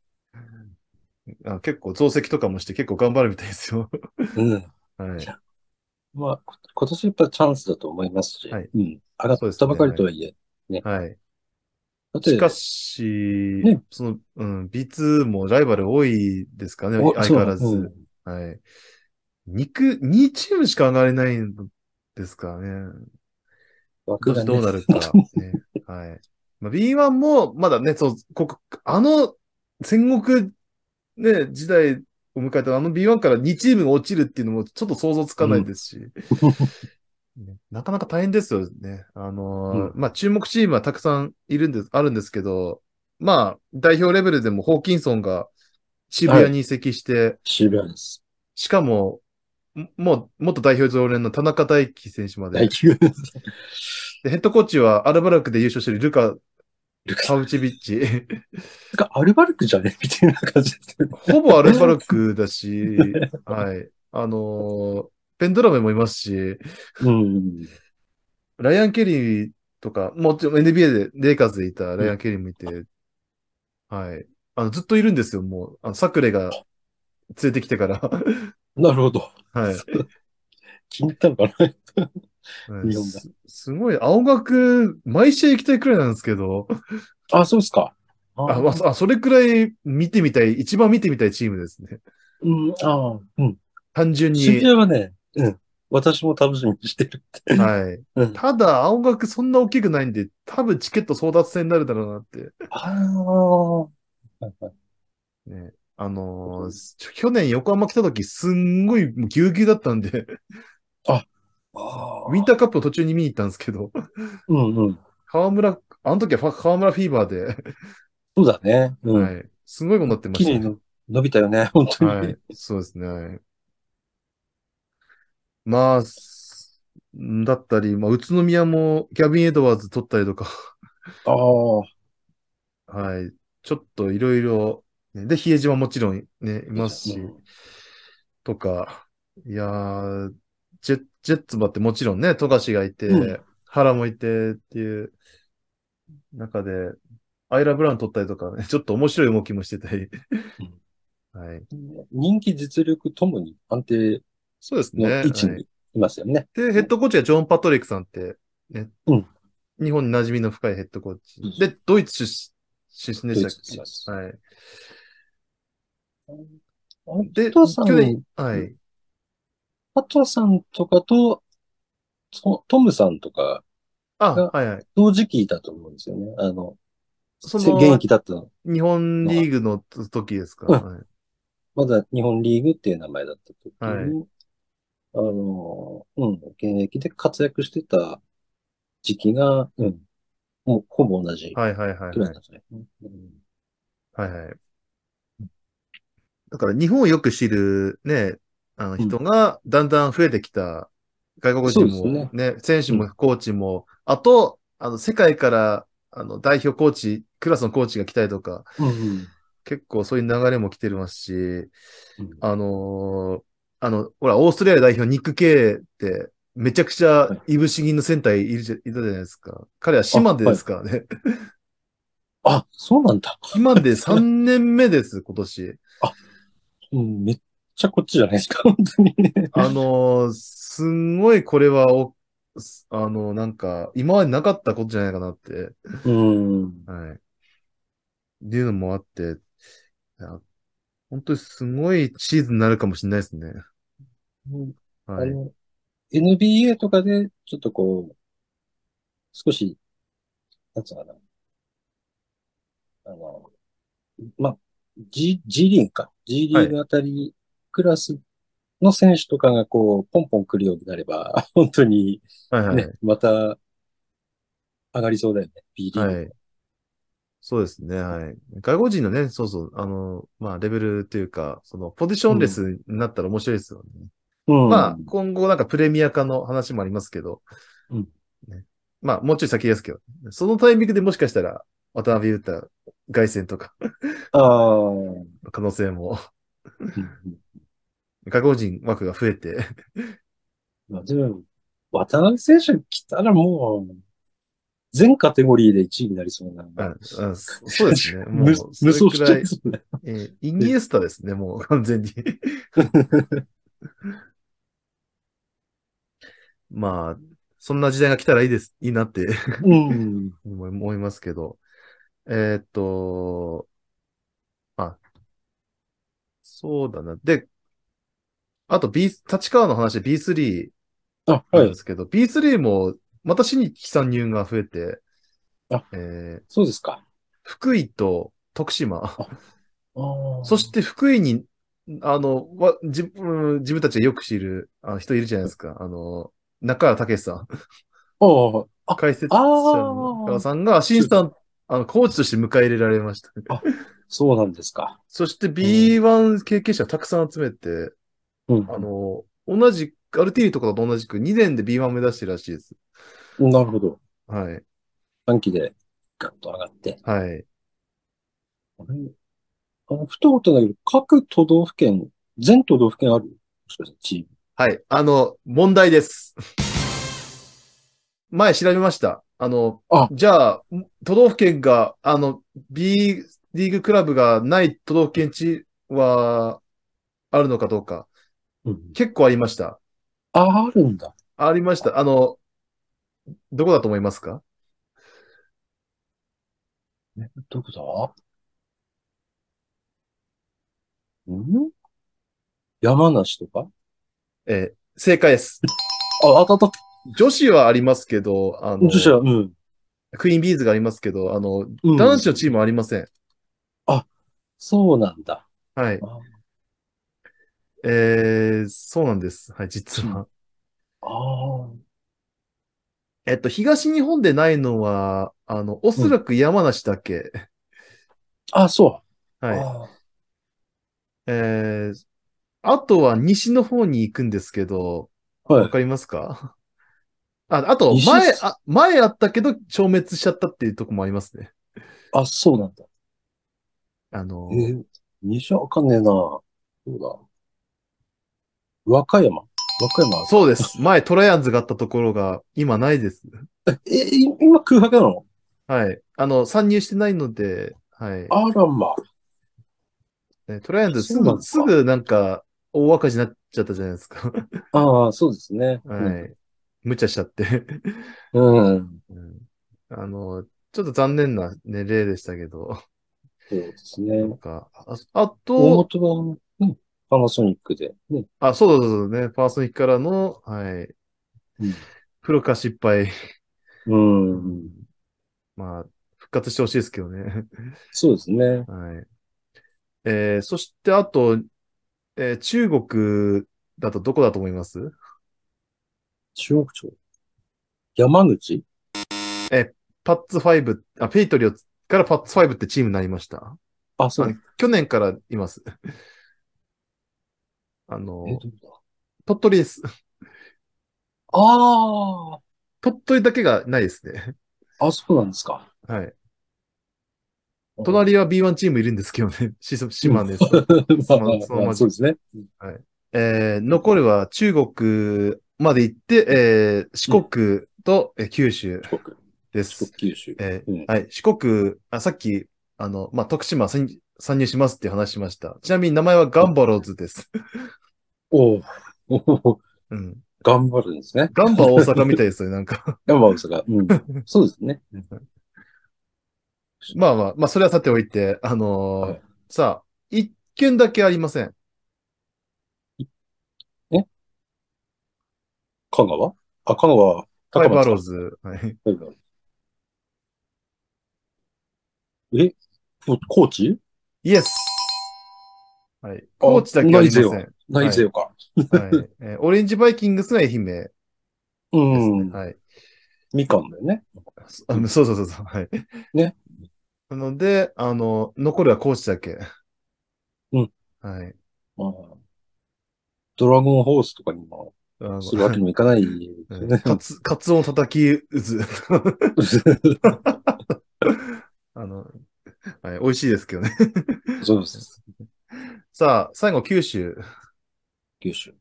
あ、結構増席とかもして結構頑張るみたいですよ。 うん。いはい。 や、まあ、こ今年やっぱチャンスだと思いますし、 はい。 うん。上がったばそうですね。はい。 かりとはいえ、ね。 はい。しかだって、 し、 ね、 その、うん、ビーツー もライバル多いですかね、 お、 相変わそう、うらず。 ん。 はい。にく、にチームしか上がれないんですかね。今枠がね、 年どうなるか、ね。はい。まあ、ビーワン も、まだね、そう、ここ、あの、戦国、ね、時代を迎えたあの ビーワン からにチームが落ちるっていうのもちょっと想像つかうん。 ないですし、ねなかなか大変ですよね。あのーうん。 まあ、注目チームはたくさんいるんです、あるんですけど、まあ、代表レベルでもホーキンソンが渋はい。 谷に移籍して、 渋谷です。 しかも、もう、元代表常連の田中大輝選手まで。 大輝です。 で、ヘッドコーチはアルバルクで優勝しているルカ・ルカさん。 パウチビッチ。 がアルバルクじゃねみたいな感じですほぼアルバね。 ルクだし、はい。あのーペンドラメもいますし、 うん。 ライアン・ケリーとか、もちろん エヌビーエー で、レイカーズでいたライアン・うん。 ケリーもいて、はい。あの、ずっといるんですよ、もう。あの、サクレが連れてきてから。 なるほど。 はい。 そう気に入ったのかなはい日本が。 す、すごい、青学、毎試合行きたいくらいなんですけど、 あ、そうですか。ああ、まあ、 ー、 そあそれくらい見てみたい、一番見てみたいチームですね。 うん、あー、うん。 単純渋に。 谷はね、うん。私も楽しみにしてるって。 はい。 うん。 ただ、青学そんな大きくないんで、多分チケット争奪戦になるだろうなって。 ああ、はいはい。 ね。あのー去年横浜来た時、すんごいもうぎゅうぎゅうだったんで、 あ、 ウィンああ、 ターカップを途中に見に行ったんですけど、 うんうん。 河村、あの時はファ河村フィーバーで、 そうだね。うん。 はい。すごいことになってましたね。 綺麗にの伸びたよね、本当に。 はい。そうですね。はい。まあ、 だったり、まあ、宇都宮もギャビン・エドワーズ取ったりとか、 ああ、 はい。ちょっといろいろ、ねで、比江島もちろんね、いいいじゃん。 ますし、 うん。 とか、いやー、ジェ、ジェッツもあってもちろんね、富樫がいうん。 て、原もいてっていう中で、アイラ・ブラウン取ったりとかね、ちょっと面白い動きもしてたり、はい。 人気実力ともに安定そうですね。 の位置はい。 にいますよね。 で、ヘッドコーチがジョン・パトリックさんって、ね、 うん。 日本に馴染みの深いヘッドコーチ。 そうそう。 で、ドイツ出身、出身でドイしたっけ？ ツです。 はい。 あで、 とさ去年、 ん、 はい。 あとさんとかと、トトムさんとかあ、 がはいはい。 同時期だと思うんですよね。あの、せ現その、 役だったの日本は。 リーグの時ですか？ うん。 はい。 まだ日本リーグっていう名前だった時はい。 に、あの、うん、現役で活躍してた時期が、うん、もうほぼ同じはいはいはいはい。 くらいなんですね。うん。 はいはい。だから日本をよく知るね、あのうん。 人がだんだん増えてきた。外国そう人ですね。 もね、選手うん。 もコーチも、あと、あの、世界からあの代表コーチ、クラスのコーチが来たりとか、 うん。 結構そういう流れも来てますし、 うん。 あのーあの、ほら、オーストラリア代表ニック・ケイって、めちゃくちゃはい。 いぶし銀のセンターいるじゃ、いたじゃないですか。彼はあ、 島根ではい。 すからね。 あ、そうなんだ。 島根でそれ、 さんねんめです、今年。 あ、うん、めっちゃこっちじゃないですか、本当に。 あのーすんごいこれはお、すあのなんか、今までなかったことじゃないかなって、 うん。 はい。っていうのもあって、いや本当にすごいシーズンになるかもしれないですね。 うん。あはい。 の、エヌビーエー とかで、ちょっとこう、少し、なんつうのかな、あの、まあ、G、G リーグか。G はい。 リーグあたりクラスの選手とかがこう、ポンポン来るようになれば、本当に、ね、 はいはい。 また上がりそうだよね。B リーグはい。 も。 そうですね。はい。外国人のね、そうそう、あの、まあ、レベルというか、その、ポジションレうん。 スになったら面白いですよね。 うまあ、 ん。 今後なんかプレミア化の話もありますけど、 うん。 ね、まあ、もうちょい先ですけど、そのタイミングでもしかしたら、渡辺裕太凱旋とか、 ああ、うん。 可能性も、 うん。 外国人枠が増えて、 まあ、でも、渡辺選手来たらもう、全カテゴリーでいちいになりそうな。 ああそそうですね。 無、 もう、そ無双しちゃれくらい、 いそうな。 えーイニエスタですね、もう完全に。まあ、そんな時代が来たらいいです、いいなってうん。 思い思いますけど。えーっと、あ、そうだな。で、あと B、立川の話で ビースリーあ、はい。 なんですけど、ビースリー もまた新規参入が増えて、 あ、 えーそうですか。 福井と徳島、 あ、ああ、 そして福井に、あの、わ自分自分たちがよく知るあの人いるじゃないですか。あの、中原武さん、 ああ、あ、 解説あ者の中原あ、 さんが、新そう、 さん、あの、コーチとして迎え入れられました。 あ、そうなんですか。 そしてうん、 ビーワン 経験者たくさん集めて、あうん、 の、同じ、アルティーリとかと同じくにねんで ビーワン 目指してるらしいです。 うん。なるほど。 はい。 短期でガッと上がって。 はい。 あれ、あの、ふと思ったんだけど、各都道府県、全都道府県あるもしかしてチーム。 はい。あの、問題です。前調べました。あの、 あ、 じゃあ、都道府県が、あの、B リーグクラブがない都道府県地はあるのかどうか。 うん。 結構ありました。 あ、あるんだ。 ありましあ、 た。あの、どこだと思いますか？ どこだ？ん山梨とか？ えー正解です。 あ、当たった。 女子はありますけど、あの、 女子は、うん。 クイーンビーズがありますけど、あの、 うん。 男子のチームはありません。 あ、そうなんだ。 はい。 あ、 えー、そうなんです。はい、実うん。 は。 ああ、 えっと、東日本でないのは、あの、おうん。 そらく山梨だけ。 あ、そう。 はい。 あえー、あとは西の方に行くんですけど、 あ、はい。 わかりますか？ あ、あと、前、 西す、 あ、前あったけど消滅しちゃったっていうとこもありますね。 あ、そうなんだ。 あの、 えー、西わかんねえな。どうだ。和歌山。和歌山あるか。 そうです。前トライアンズがあったところが今ないです。 え、い今空白なの？ はい。あの、参入してないので、はい。 あらま。 ねトライアンズすそうなぐ、 のか。 すぐなんか大赤字になっちゃったじゃないですか。 ああ、そうですね。うん。 はい。無茶しちゃってうん。 うん。あの、ちょっと残念なね、例でしたけど、 そうですね。 とか、あ、あ大と、 元は、ね、パナソニックで、ね。 あ、そうそうそうね、パーソニックからの、はい、 うん。 プロ化失敗。 ううん。 ん、まあ、復活してほしいですけどね。 そうですね。 はい。えー、そしてあと、えー中国だとどこだと思います？ 中国町。山口。 えーパッツファイブ、あ、ペイトリオッツからパッツファイブってチームになりました。 あ、そあ、 う。 去年からいます。あえ、 の、 どこだ？ 鳥取です。 あ鳥取だけがないですね。 あ、あ、そうなんですか。 はい。 うん。 隣は ビーワン チームいるんですけどね。しうん。 島根、そ、 まあ、 その、そのまあ、 まじ、 そうですね。うん。 はい。えー残るは中国まで行って、えー四うん。 国と、えー九州四国。四国、 です。 九州。 えうん。 ーはい。四国、あ、さっき、あの、まあ、徳島参参入しますっていう話しました。ちなみに名前はガンバローズです。 おお、おお、 うん。 頑張るんですね。 ガンバ大阪みたいですよね、なんか山大阪。うん。そうですね。うん。 まあまあ、まあ、それはさておいて、あのーはい。 さあ、一件だけありません。 え、香川。あ、香川、 ファイバ高松か。 ローズ。はい。 はいはい。え、こ高知。 イエス。はい。高あ、 知だけあ内勢は、 りません。はい。 内勢か。 はい。えーオレンジバイキングスが愛媛でうすね。 ん。 はい。 みかんだよね。 そうん。 あそうそうそうそう。はい。 ね。 なので、あの、残るは高知だけ。 うん。 はい。 まあ、ドラゴンホースとかにもあの、 するわけにもいかないですよね。 ねカツ、カツオ叩き渦。あの、はい。美味しいですけどね。 そうです。 さあ、最後、九州。 九州。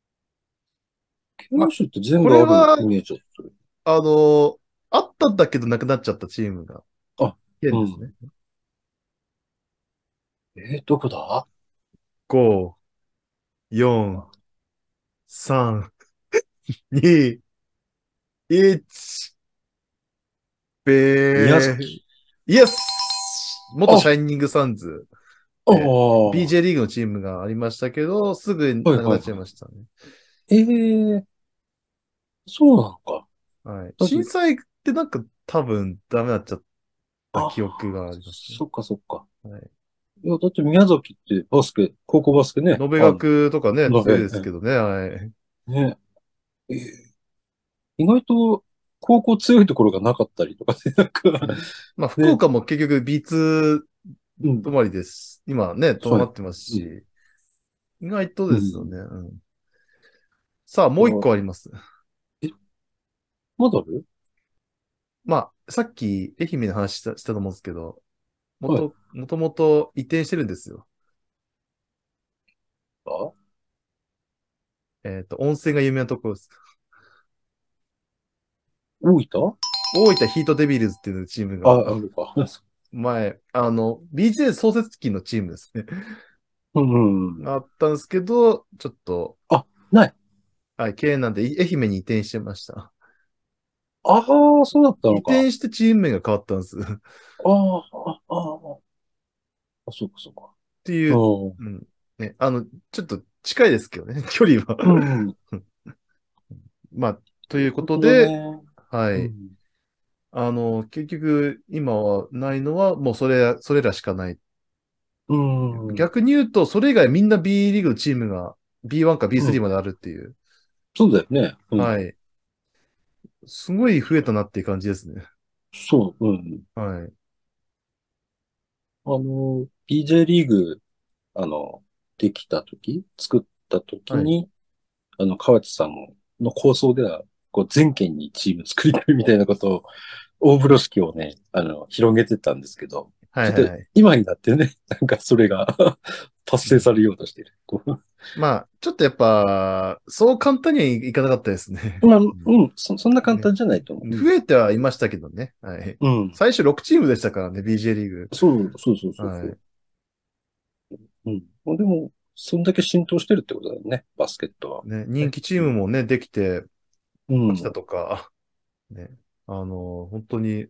まあ、 九州って全こ部あるれは、 イメージだったけあの、あったんだけどなくなっちゃったチームが、 ど。あ、うん。 県ですね。 えー、どこだ？ ご、よん、さん、に、いち、べー。 宮崎。 イエス元シあ、 ャイニングサンズ。 あえー、 あ、 ビージェー リーグのチームがありましたけど、すぐなくなっちゃいはいはいはましたね。 い。ええー、そうなのか。 はい。 だって、 震災ってなんか多分ダメになっちゃったああ、 記憶がありますね。 そっかそっか。 はい。 いや、だって宮崎ってバスケ、高校バスケね、 延べある学とかね、 の。 強いええ、 ですけどね。はい。 ね。ええ、意外と高校強いところがなかったりとかで、なんか、 うん。まあ、福ね。 岡も結局 ビーツうん。 ー止まりです。今ね、とどはい。 まってますうん。 し、意外とうん。 ですよね。うん。さあ、もう一いや、 個あります。 え、まだある？ まあ、さっき愛媛の話した、したと思うんですけど、もはい。 と、もともと移転してるんですよ。 あ、 えっと、温泉が有名なところです。 大分。 大分ヒートデビルズっていうチームあ、 が、 あるか。 前、あの、ビージェー 創設期のチームですね。 うん。 あったんですけど、ちょっと、 あ、ない。 はい、経営なんで、い愛媛に移転してました。 ああ、そうだった移のか。 転してチーム名が変わったんです。っああ、ああ、あ、そうか、そうか。 ていう、 ううん。ね、あの、ちょっと近いですけどね、距離は。 ん。うん。 まあ、というこなるほどとで、 ね。 はい。 うん。 あの、結局、今はないのは、もうそれ、それらしかない。 うん。 逆に言うと、それ以外みんな B リーグのチームが ビーワン かうビースリーん。 まであるっていう。 そうだよね。うん。 はい。すごい増えたなっていう感じですね。 そう。うん。 はい。 あの、ピージェー リーグ、あの、できた時、作った時はい。 に、あの、河内さんの構想では、 こう全県にチーム作りたいみたいなことを、大風呂敷をね、あの、広げてたんですけど、ちょっとはいはいはい。 今になってね、なんかそれが達うん、 成されようとしてる。こまあ、ちょっとやっぱ、そう簡単にはいかなかったですね。 うまあ、 うん、 うん、そ、そんな簡ね、 単じゃないと思う。 増えてはいましたけどね。はい。 うん。うん。 最初ろくチームでしたからね、ビージェー リーグ。 そう、そうそうそうそはい。 う。うん。でも、そんだけ浸透してるってことだよね、バスケットは。 ね、人ね。 気チームもね、できてうん。 ましたとか、ね。あの、本当に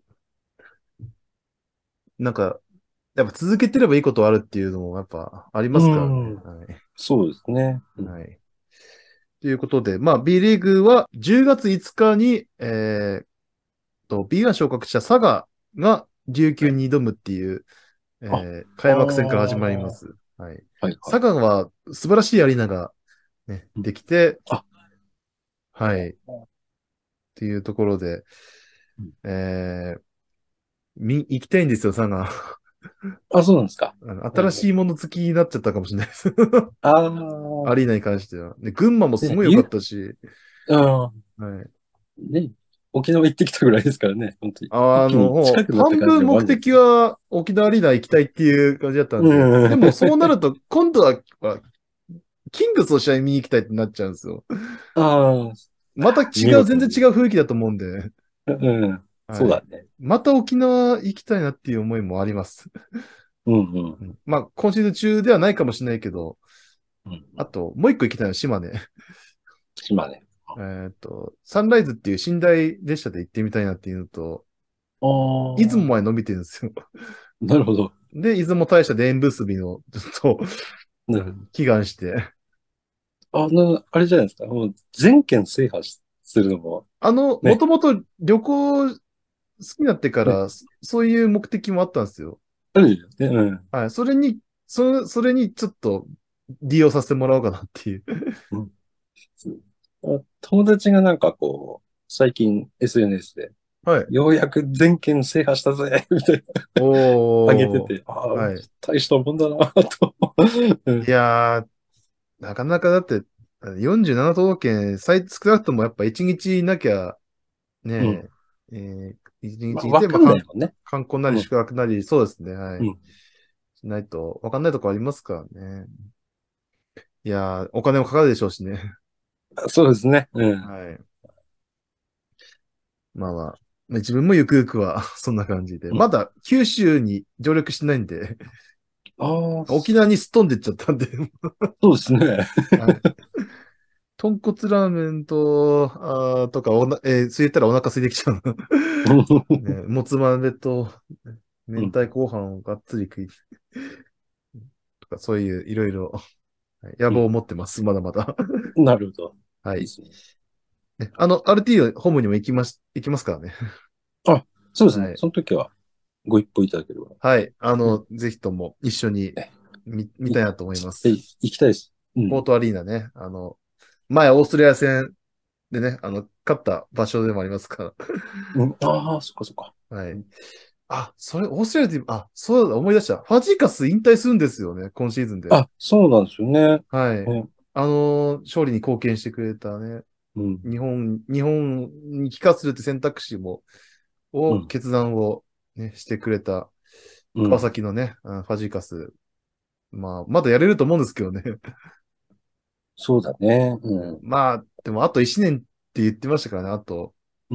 なんか、やっぱ続けてればいいことあるっていうのもやっぱありまうすからね。 ん。 はい。 そうですね。うん。 はい。ということで、まあ B リーグはじゅうがついつかに、えーっと、ビーワン 昇格した佐賀が琉球はい。 に挑むっていう、 あ、 えーあ開幕戦から始まりまあ、 す。はい。 はいはい。 佐賀は素晴らしいアリーナがね、 うん。 できて、 あ、 はい。っていうところで、 うん。 えー、み、行きたいんですよ、佐賀。 あ、そうなんですか。 あのえー、 新しいもの好きになっちゃったかもしれないです。 ああ、 アリーナに関しては。で、群馬もすね、 ごい良かゆ、 ったし、 あーはい。 ね、沖縄行ってきたぐらいですからね、本当に。一あの、 気に近もう、 くなった感じ半分目でもあるんですよ。 的は沖縄アリーナ行きたいっていう感じだったんで。 うん。 でも、そうなると、今度は、キングスの試合見に行きたいってなっちゃうんですよ。 あまた違あ、見う、全然事に。 違う雰囲気だと思うんで。 うん。そうはい。 だね。 また沖縄行きたいなっていう思いもあります。 うんうん。 うん、まあ、今シーズン中ではないかもしれないけど、 うん。 あと、もう一個行きたいのは島根。 島根。 えっと、サンライズっていう寝台列車で行ってみたいなっていうのと、 あ出雲まであ、 伸びてるんですよ。 なるほど。 で、出雲大社で縁結びの、ちょっと、 なるほど。 うん、祈願して。 あの、あれじゃないですか。もう全県制覇しするのも、 あの、もね。 ともと旅行好きになってかね。 ら、そそういう目的もあったんですよ。 あるよね。うん。 はい。それに、そ、それにちょっと利用させてもらおうかなっていう。 うん。あ、友達がなんかこう、最近 エスエヌエス で、 はい。 ようやく全県制覇したぜみたいな、あげておー。 て、ああ、 はい。 大したもんだなと。ういん。 やー、なかなかだって、よんじゅうなな都道県、最少なくともやっぱいちにちいなきゃ、 うん。 ねえ、えー、いちにまあ、 ちいて、まあ、 わかんない観もんね。 観光なりうん。 宿泊なり、そうですね。はい。 うん。 しないと、わかんないとこありますからね。いやー、お金もかかるでしょうしね。 そうですね。うん。 はい。まあまあ、まあ自分もゆくゆくはそんな感じで。 うん。 まだ九州に上陸してないんで、 ああ、 沖縄にすっ飛んでっちゃったんで、 そうですね。 はい。豚骨ラーメンと、あーとかおな、えー、そう言ったらお腹空いてきちゃうの。ね、もつ鍋と、明うん。 太子ご飯をがっつり食い、とか、そういういろいろはい野望をうん。 持ってます。まだまだ。 なるほど。 はい。 いいですね。 ね、あの、アールティー ホームにも行きます、行きますからね。 あ、そうですね。 はい。 その時はご一報いただければ。 はい。あうん。 の、ぜひとも一緒にえ、 見、見い、 たいなと思います。 え行きたいです。うん。 ポートアリーナね。あの、前オーストラリア戦でね、あの、勝った場所でもありますかうん。ああ、そっかそっか。 ら。はい。 うん。 あ、それ、オーストラリアで、あ、そうだ、思い出した。ファジーカス引退するんですよね、今シーズンで。 あ、そうなんですよね。 はい。 ね。 あの、勝利に貢献してくれたね、 うん。 日本、日本に帰化するって選択肢も、を、 うん。 決断をね、してくれた、川うん。 崎のね、あファジーカス。まあ、まだやれると思うんですけどね。 そうだね。うん。 まあ、でもあといちねんって言ってましたからね、あと、 うん。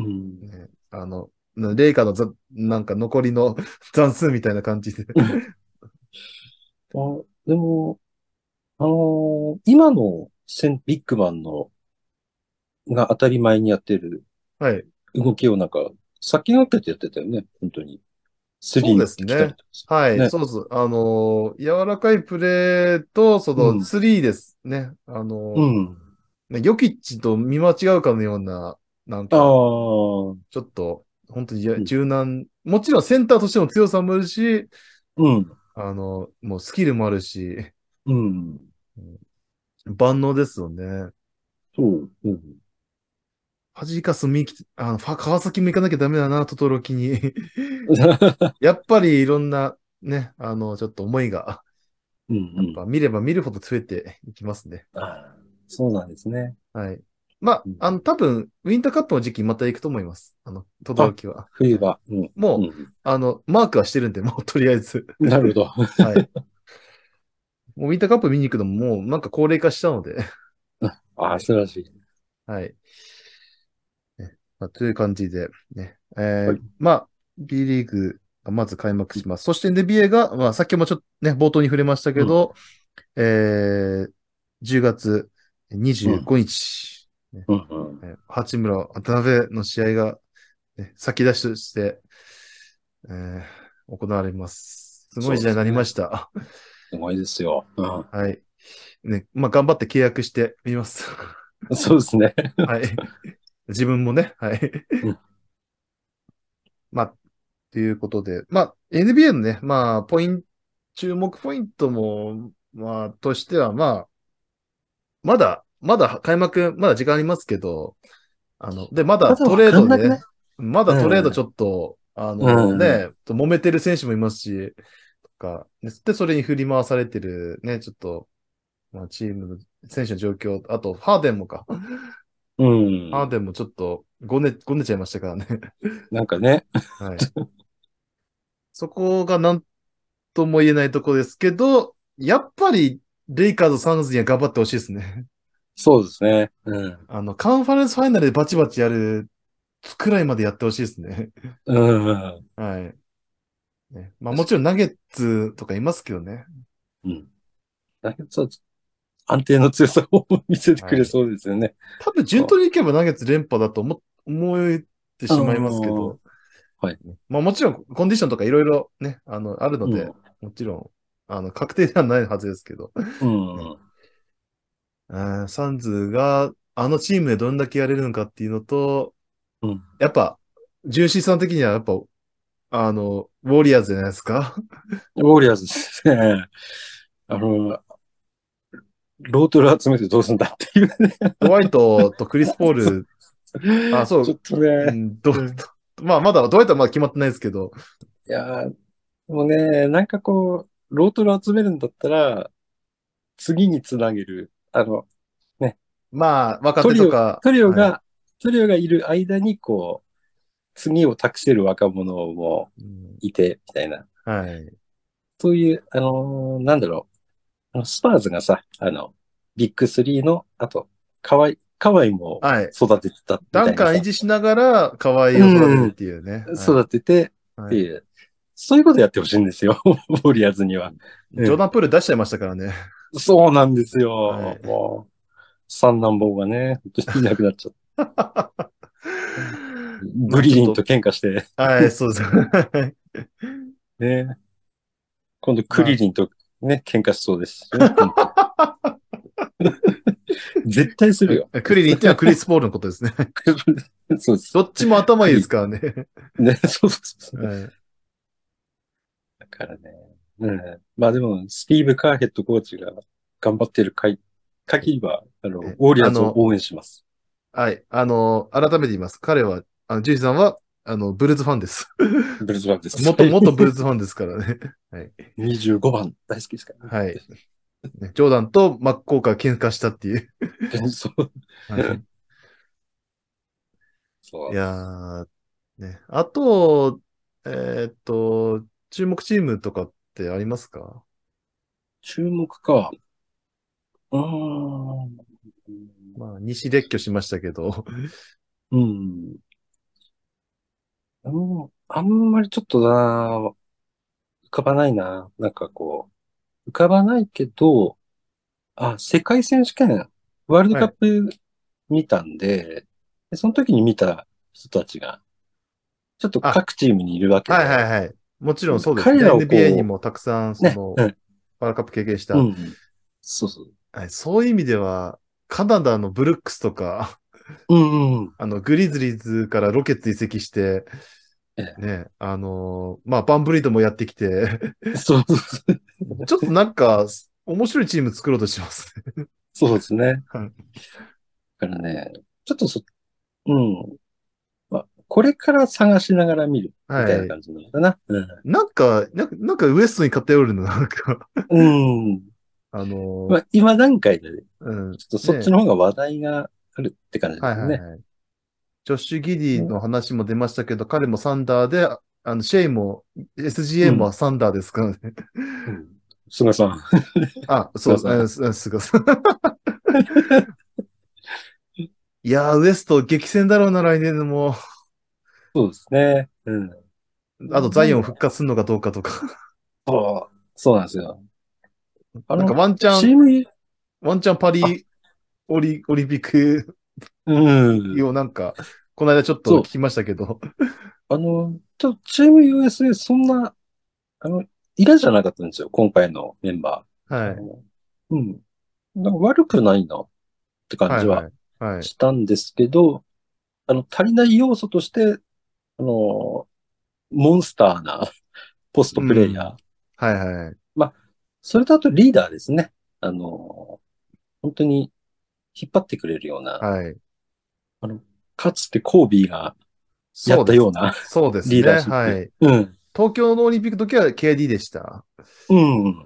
ね、あの、なレイカのざ、なんか残りの残数みたいな感じで。 あ、でも、あのー今のセン、ビッグマンのが当たり前にやってるはい。 動きをなんか、先駆けてやってたよね。本当に。スそうでリー打ってきたりすね。 とかさ。 はい。 ね。 そうそう。あのー柔らかいプレーと、その、 うん。 スリーですね。あのうん。 ーねヨキッチと見間違うかのような、なんあか、 あ、 ちょっと、本当にやうん。 柔軟、もちろんセンターとしての強さもあるし、 うん。 あの、もうスキルもあるし、 うん。 万能ですよね。 そう。うん。 ファジーカス見き、あの、ファ川崎も行かなきゃダメだな、トトロキに。やっぱりいろんな、ね、あの、ちょっと思いが、 うんうやっん。 ぱ見れば見るほど増えていきますね。 ああ、そうなんですね。 はい。 まあ、 うん、 あの、多分、ウィンターカップの時期また行くと思います。あの、 あ、 轟は。はい、 冬場。うん。うもう、 ん。 あの、マークはしてるんで、もうとりあえず。 なるほど。 はい。もうウィンターカップ見に行くのももうなんか高齢化したので。 ああ、 はい。 素晴らしい。 はい。ねまあ、という感じで、ね。えー、 はい。 まあ、B リーグがまず開幕します。そして エヌビーエー が、まあ、さっきもちょっとね、冒頭に触れましたけうん。 ど、えー、じゅうがつ25 うん。 日、ね、 うん。うん。 えー八村渡辺の試合が、ね、先出しとして、えー行われます。すごいそう時代になりまですね。 した。 すごいですよ。うはい。ね、まあ、頑張って契約してみます。 ん。そうですね。 はい。自分もね、はい。 うん。 まあ、ということで、まあ、エヌビーエー のね、まあ、ポイント、注目ポイントも、まあ、としては、まあ、まだ、まだ開幕、まだ時間ありますけど、あの、で、まだトまだわレードでね、 かんなくない？ まだトレードちうん。 ょっと、あうん。 のね、揉めてる選手もいますし、とか、で、それに振り回されてるね、ちょっと、まあ、チームの選手の状況、あと、ハーデンもか。 うん。 ハーデンもちょっと、ごね、ごねちゃいましたからね。 なんかね。 はい。そこがなんとも言えないとこですけど、やっぱり、レイカーズ、サンズには頑張ってほしいですね。 そうですね。うん。 あの、カンファレンスファイナルでバチバチやるくらいまでやってほしいですね。 うん。 はい。ね、まあも確かちろんナゲッツとかいますけどね。 に。うん。だけどさ、安定の強さを見せてくはい。 れそうですよね。 多分順当そにいけばナゲッツ連覇だと思、思えてう。うしまいますけん。 ど、 はい。 まあもちろんコンディションとかいろいろね、あの、あるので、 うん。 もちろん、あの、確定ではないはずですけど、 うね、 ん。 あーサンズがあのチームでどんだけやれるのかっていうのと、 うん。 やっぱ、純資さん的にはやっぱ、あの、ウォリアーズじゃないですか。 ウォリアーズですね。あの、ロートル集めてどうすんだっていうね。 ドワイトとクリス・ポール、あ、そちょっう、 とね。 うん、ど、 うん。 どまあ、まだ、ドワイトはまだ決まってないですけど、 いやー、もうね、なんかこう、ロートル集めるんだったら、次につなげる。あの、ね、 まあ、若トリオ、 手とか、はい。 トリオが、トリオがいる間に、こう、次を託せる若者もうん、 いて、みたいな。 はい。 そういう、あのーなんだろう。あのスパーズがさ、あの、ビッグスリーの、あと、カワイ、カワイもはい。 育ててたみダンカン維たいなさ。 持しながら、河合を育てるうん。 っていうね。はい。 育ててってはい。 いう、そういうことやってほしいんですよ。ウォリアーズには。うん。 ジョーダン・プール出しちゃいましたからね。 そうなんですはよ。 い。 もう、三男坊がね、本当にいなくなっちゃった。 まあ、 グリリンとちょっと、 喧嘩して、 はい、そうです。はいね。今度クまリリンとね、喧嘩しそうですしね。本当に。 あ、 絶対するよ。 クリリンっていうのはクリス・ポールのことですね。 そうです。 どっちも頭いいですクリ、 からね。 ね、そうそうそう。 はい。 だからね。うん。まあでも、スティーブ・カーヘッドコーチが頑張ってるかい限りは、あの、ウえォリアーズをあの、 応援します。 はい。あの、改めて言います。彼は、あの、ジュイさんは、あの、ブルーズファンです。 ブルーズバンです。 元、元ブルーズファンですからね。はい。 にじゅうごばん大好きですからね。 はい。ね、ジョーダンと真っ向から喧嘩したっていう。 そう。 はい。いそう。 やー、ね。あと、えーっと、注目チームとかってありますか？ 注目か。うーん。 まあ、西列挙しましたけど。 うん。うんあんまりちょっとな、浮かばないな。なんかこう、浮かばないけど、あ、世界選手権、ワールドはい。 カップ見たんで、でその時に見た人たちが、ちょっとあ、 各チームにいるわけはいはで、 いはい。もちろんそうですね。 彼らをエヌビーエー にこもたくさん、 う、ね、 その、 うん、 ワールドカップ経験した、 うん、そうそう、 はい、そういう意味では、カナダのブルックスとか、 うん、うん、 あの、グリズリーズからロケッツ移籍して、 えね、あのーまあ、バンブリードもやってきて、 そうそうそう、 ちょっとなんか、面白いチーム作ろうとしてますね。 そうですね。 はい。 だからね、ちょっとそ、うん、まあ、これから探しながら見る、みたいなはい。 感じなのかな。うん。 なんか、なんか、なんかウエストに偏るの、なんか、 うん。 あのまあ、今段階でね、 ーうん、 ちょっとそっちね、 の方が話題があるって感じではいすね。 はいはい。ジョッシュ・ギディの話も出ましたけど、彼もサンダーで、あの、シェイも、エスジーエーうん。 もサンダーですからね。 うん。菅さん。 あ、そう、 菅さん。 えす、すごい。いやー、ウエスト激戦だろうな、来年でも。 そうですね。うん。 あと、ザイオン復なんで、 活するのかどうかとか。 そう、そうなんですよ。あなんかの、 ワンチャン、 チーム、 ワンチャンパあ、 リオリ、オリンピックうん。 をなんか、この間ちょっと聞そう。 きましたけど。 あの、ちょ、チーム ユーエスエー そんな、あの、嫌じゃなかったんですよ。今回のメンバー。 はい。 あの、うん。なんか悪くないなって感じははいはい。はい。 したんですけど、あの、足りない要素として、あの、モンスターなポストうプレイヤー。 ん。はいはい。 まあ、それとあとリーダーですね。あの、本当に引っ張ってくれるような、 はい。 あの、かつてコービーがやっそうです。 たようなそうですリーダーね。 シップ。 はい。 うん。 東京のオリンピックの時は ケーディー でした。 うん。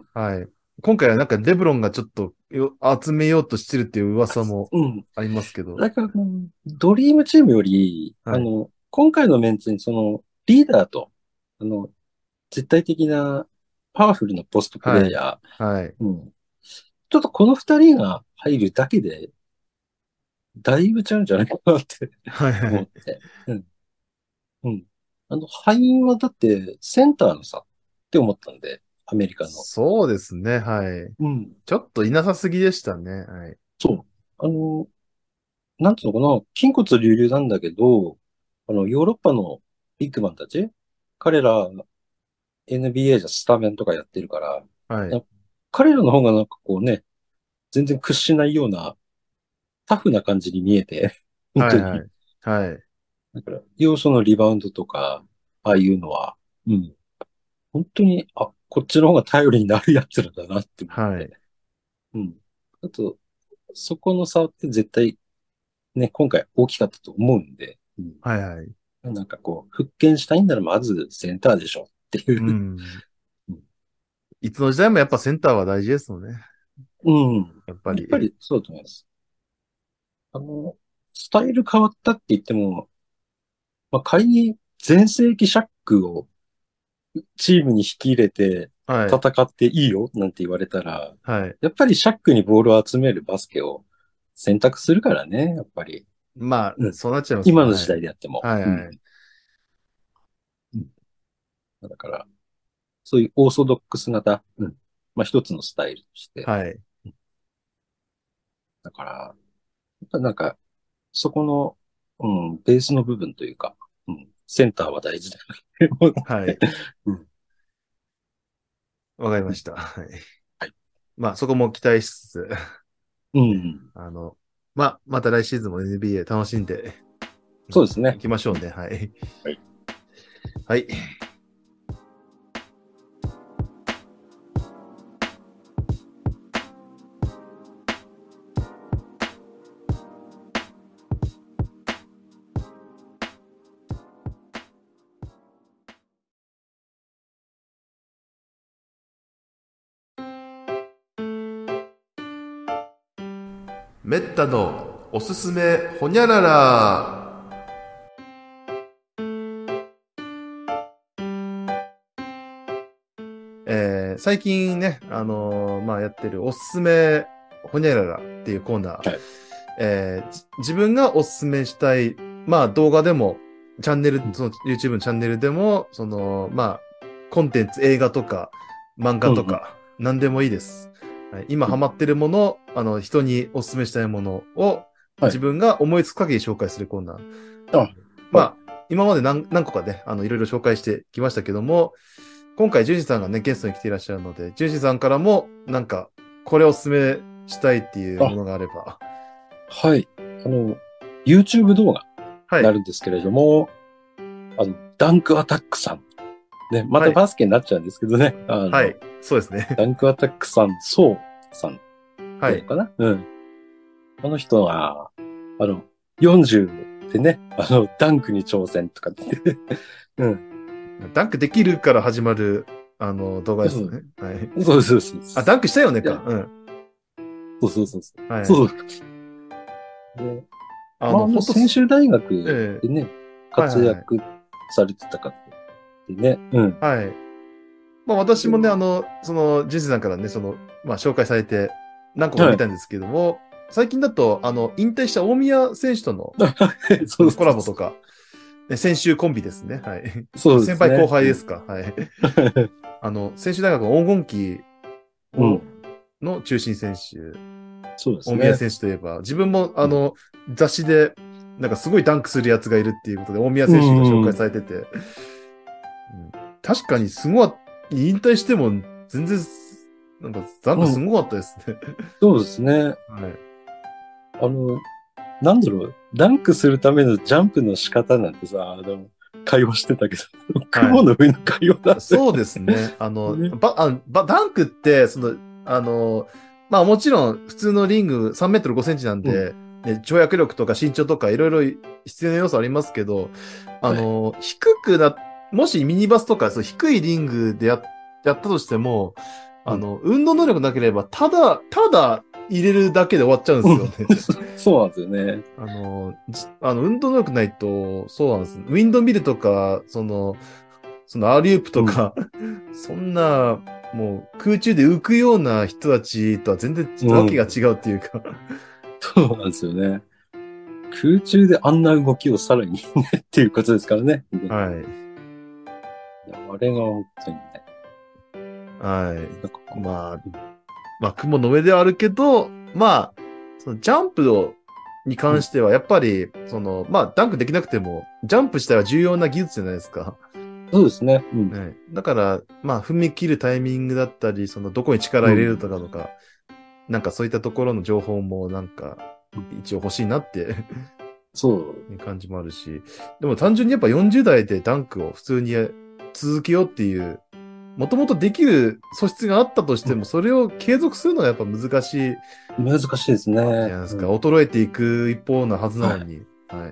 はい。今回はなんかレブロンがちょっとよ集めようとしてるっていう噂もうん。 ありますけど。 だから、あのドリームチームより、あはい。 の、今回のメンツにその、リーダーと、あの、絶対的なパワフルなポストプレはい。 イヤはい。 ー、うん。ちょっとこの二人が入るだけで、だいぶちゃうんじゃないかなってはいはい。 思って。うん。うん。あの、敗因はだってセンターの差って思ったんで、アメリカの。 そうですね。はい。 うん。 ちょっといなさすぎでしたね。はい。 そう。あの、なんていうのかな、筋骨隆々なんだけど、あの、ヨーロッパのビッグマンたち、彼ら エヌビーエー じゃスタメンとかやってるから、 はい。 な彼らの方がなんかこうね、全然屈しないようなタフな感じに見えて、本当に。 はいはい。はい。 だから、要所のリバウンドとか、ああいうのは、うん。本当に、あ、こっちの方が頼りになるやつらだなって思って。 はい。 うん。あと、そこの差って絶対ね、今回大きかったと思うんで、うん、 はいはい。 なんかこう、復権したいんならまずセンターでしょっていうう。 ん。 うん。 いつの時代もやっぱセンターは大事ですもんね。 うん。 やっぱり。 やっぱりそうだと思います。あの、スタイル変わったって言っても、まあ、仮に全盛期シャックをチームに引き入れてはい。 戦っていいよなんて言われたら、 はい。 やっぱりシャックにボールを集めるバスケを選択するからね、やっぱり。 まあ、 うん。 そうなっちゃいますね。 今の時はい。 代でやっても。うん。 はいはい。 うん。だから、そういうオーソドックス型、うん。まあ一つのスタイルとして。 はい。 うん。だから、やっぱなんか、そこの、うん、ベースの部分というか、うん、センターは大事だなって思って。 はい。 うん。 わかりうん。 ました。はい。 はい。 まあ、そこも期待しつつ、 うね、 ん。 あの、まあ、また来シーズンも エヌビーエー 楽しんで、 そうですね。 行きましょうね。はい。 はい。 はい。メッタのおすすめほにゃらら。えー最近ね、あのーまあ、やってるおすすめほにゃららっていうコーナー、 はい。 えーじ自分がおすすめしたい、まあ、動画でも、チャンネル、 うん。 その YouTube のチャンネルでも、その、まあ、コンテンツ、映画とか、漫うん。 画とか、何でもいいです。はい、今うん。 ハマってるもの、あの、人におすすめしたいものを、 はい。 自分が思いつく限り紹介するコーナー。 あ、はい。 まあ、今まで何何個かね、あの、いろいろ紹介してきましたけども、今回、ジュンジさんがね、ゲストに来ていらっしゃるので、ジュンジさんからも、なんか、これをおすすめしたいっていうもあ、 のがあれば。 はい。あの、YouTube 動画はい。 になるんですけれども、あの、ダンクアタックさん。ね、まはい。 たバスケになっちゃうんですけどね。あの、 はい。そうですね。 ダンクアタックさん、ソウさんってはい。 いうのかな。うん。あの人は、あの、よんじゅうでね、あの、ダンクに挑戦とかってうん。 ダンクできるから始まる、あの、動画ですそうよね。はい。 そうそうそうあ、 そダンクしたよねう。いや、 か。うん。 そうそうそうそう。 はい。 そう。 で、 あの、 まあ、あの、 ほんと専修大ええ学でね、活躍されてた方でね、うん。 はい。まあ私もね、あの、その、ジェンさんからね、その、まあ紹介されて何個かはい。 見たんですけども、最近だと、あの、引退した大宮選手との、ねそうコラそうそボとか、ね、先週コンビですね。はい。 う。そうで先輩後すね。うん。 輩ですか。はい。あの、専修大学の黄金期を、 うん。 の中心選手、 そうですね。 大宮選手といえば、自分も、あの、雑誌で、なんかすごいダンクするやつがいるっていうことで、大宮う選手が紹介ん。 されてて、うん、確かにすごい、引退しても全然、なんかダンクうん。 すごかったですね。 そうですね。 はい。 あの、なんだろう。ダンクするためのジャンプの仕方なんてさ、あの、会話してたけど、 はい。 雲の上の会話だったそうですね。あの、 ね。 ば、あ、ば、ダンクって、その、あの、まあもちろん普通のリングさんメートルごセンチなんうん。 で、ね、跳躍力とか身長とかいろいろ必要な要素ありますけど、あはい。 の、低くな、もしミニバスとかそう低いリングでや、やったとしても、 うん。 あの、運動能力なければ、ただ、ただ入れるだけで終わっちゃうんでうん。 すよね。 そうなんですよね。 あの、じあの、運動能力ないと、そうなんです。ウィンドミルとか、その、そのアーリーウープとうん。 か、そんな、もう空中で浮くような人たちとは全然わけがうん。 違うっていうか。 そうなんですよね。空中であんな動きをさらにねっていうことですからね。ねはい。 いや、あれが本当にね、 はい。 なんかこまあ、 う、 まあ、雲の上ではあるけど、まあ、そのジャンプを、にうん。 関しては、やっぱり、その、まあ、ダンクできなくても、ジャンプしたら重要な技術じゃないですか。 そうですね。うん。 ね。だから、まあ、踏み切るタイミングだったり、その、どこに力うん。 入れるとかとか、なんかそういったところの情報も、なんか、一応欲しいなってそう。 いう感じもあるし、でも単純にやっぱよんじゅう代でダンクを普通に続けようっていう、もともとできる素質があったとしても、それを継続するのはやっぱ難しい難しいですね。 じゃないですか。 うん。 衰えていく一方なはずなはい。 のに。はい。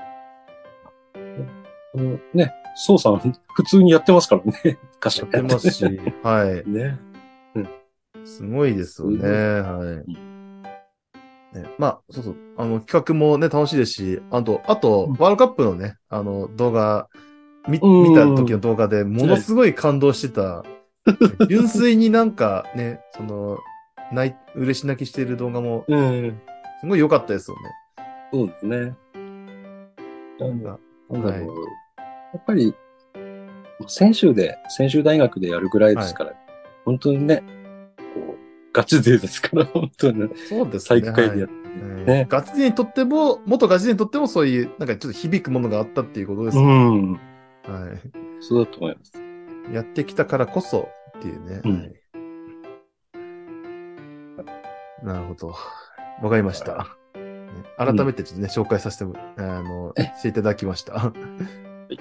あのね、宋さん、普通にやってますからね。歌手やってやってね。 ますし、はい。 ね。うん。 すごいですよね。 すごい。 はい。 うん。 ね、まあ、そうそう。あの、企画もね、楽しいですし、あと、あと、ワールドカップのね、あの、動画、見、 う見たん。 時の動画でものはい。 すごい感動してた、純粋になんかね、その、泣い、嬉し泣きしている動画も、 うん。 すごい良かったですよね。 そうですね。あの、 なんか、はい、 なんだろう。やっぱり、専修で、専修大学でやるぐらいではい。 すから、本当にね、こう、ガチ勢ですから、本当にね、 そうですね、 体育会はい。 でやってえーね。 ガチ勢にとっても、元ガチ勢にとってもそういう、なんかちょっと響くものがあったっていうことでうすよね。 ん。 はそうだと思います。 い。やってきたからこそっていうね。 うん。 はい。なるほど。わかりましはた。ねい。うん。 改めてちょっとね、紹介させても、あの、 え、 していただきました。 はい。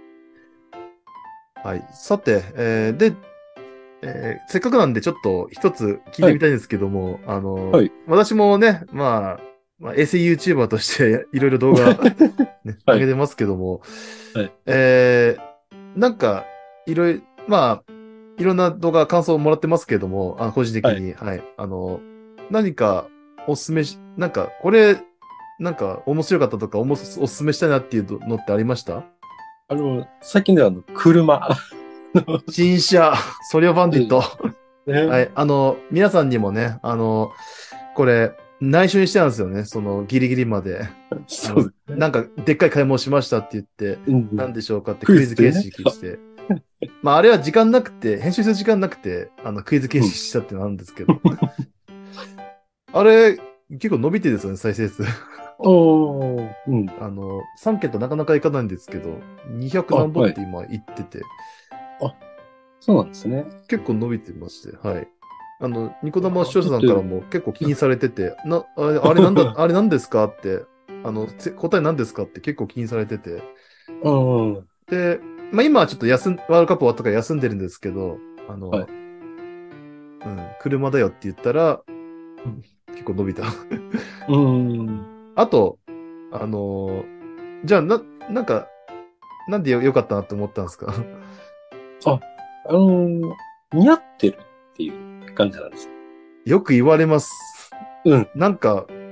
はい。さて、えーで、えーせっかくなんでちょっと一つ聞いはい。 てみたいんですけども、あの、 はい。 私もね、まあ、まあ、衛星 YouTuber としていろいろ動画、ね、 はい。 上げてますけども、 はい。 えー、なんか、いろいろ、まあ、いろんな動画、感想をもらってますけども、あ、個人的はい。 に、はい。あの、何かおすすめし、なんか、これ、なんか面白かったとか、おもおすすめしたいなっていうのってありました？ あの、最近では、あの、車。 新車、ソリオバンディット。はね。 い。あの、皆さんにもね、あの、これ、内緒にしてたんですよね。その、ギリギリまで。あの、 そうですね。 なんか、でっかい買い物しましたって言って、 うんうん。 何でしょうかってクイクイズ形ズでね。あ、 式して。まあ、あれは時間なくて、編集する時間なくて、あの、クイズ形うん。 式したっていうのあるんですけど。あれ、結構伸びてるんですよね、再生数。 おー。うん。 あの、さん桁なかなかいかないんですけど、にひゃくあ、 何ぼはい。 って今言ってて、 あ、そうなんですね。 結構伸びてまして、はい。あの、ニコいや生視聴者ー、だって、 さんからも結構気にされてて、な、あれ、あれなんだ、あれなんですかって、あの、せ答え何ですかって結構気にされてて。 うん。 で、まあ今はちょっと休ん、ワールドカップ終わったから休んでるんですけど、あの、 はい。 うん、車だよって言ったら、結構伸びた。 うん。 あと、あの、じゃあな、なんか、なんでよ、よかったなって思ったんですか？ あ、あのー似合ってるっていう感じなんです。 よく言われます。 うん。 なんか、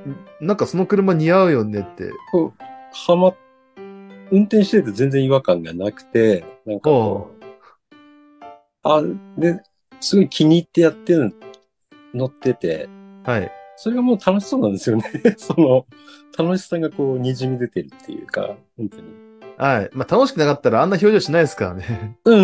なんかその車似合うよねって。 こう、はま、運転してて全然違和感がなくて、なんかこう、あ、で、すごい気に入ってやってる、乗ってて、 はい。 それがもう楽しそうなんですよね。その、楽しさがこう、滲み出てるっていうか、本当に。 はい。まあ楽しくなかったらあんな表情しないですからね。 うん。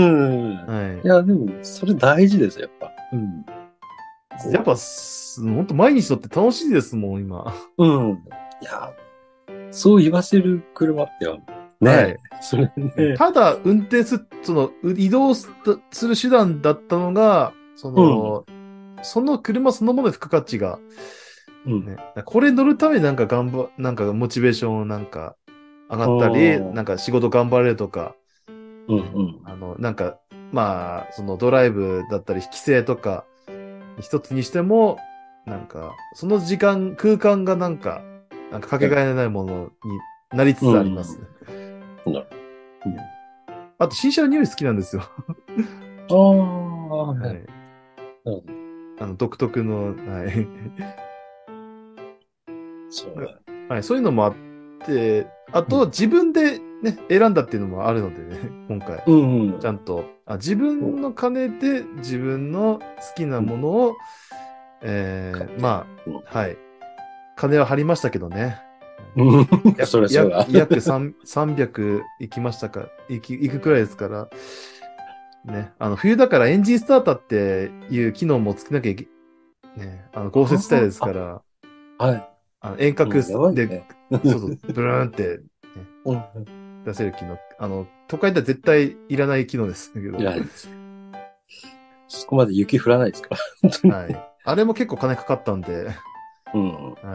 はい。 いや、でも、それ大事ですよ、やっぱ。うん。 やっぱ、本当毎日乗って楽しいですもん、今。 うん。いや、そう言わせる車ってよ。ね。 はい。 それね。 ただ、運転す、その、う移動すする手段だったのが、その、その車そのものの付加価値が、 うん。 ね、これ乗るためになんか頑張、なんかモチベーションなんか上がったり、 うんなんか仕事頑張れるとか、 うんうん。 あの、なんか、まあ、そのドライブだったり、帰省とか、一つにしても、なんか、その時間、空間がなんか、なんかかけがえのないものになりつつあります。 うん。なるほど。 あと、新車の匂い好きなんですよ。 ああ、 ははい。 い。 なるほど。 あの、独特の、はい。 そうだ。 はい、そういうのもあって、あと、 うん自分でね、選んだっていうのもあるのでね、今回。 うんうん。 ちゃんと、あ、自分の金で自分の好きなものを、えー、まうんあ、はい。金は張りましたけどね。 うん。 約そりゃそうだ。 約約さん さんびゃくいきましたか、いき、いくくらいですから、ね。あの、冬だからエンジンスターターっていう機能もつけなきゃいけ、ね。あの、豪雪地帯ですから、 あはい。 あの遠隔うんやばいで、 ね。 そうそう、ブルーンって、ね、 うん出せる機能。あの、都会では絶対いらない機能ですけど。 いや、そこまで雪降らないですから。本当に。 はい。あれも結構金かかったんで、 うん。 はい。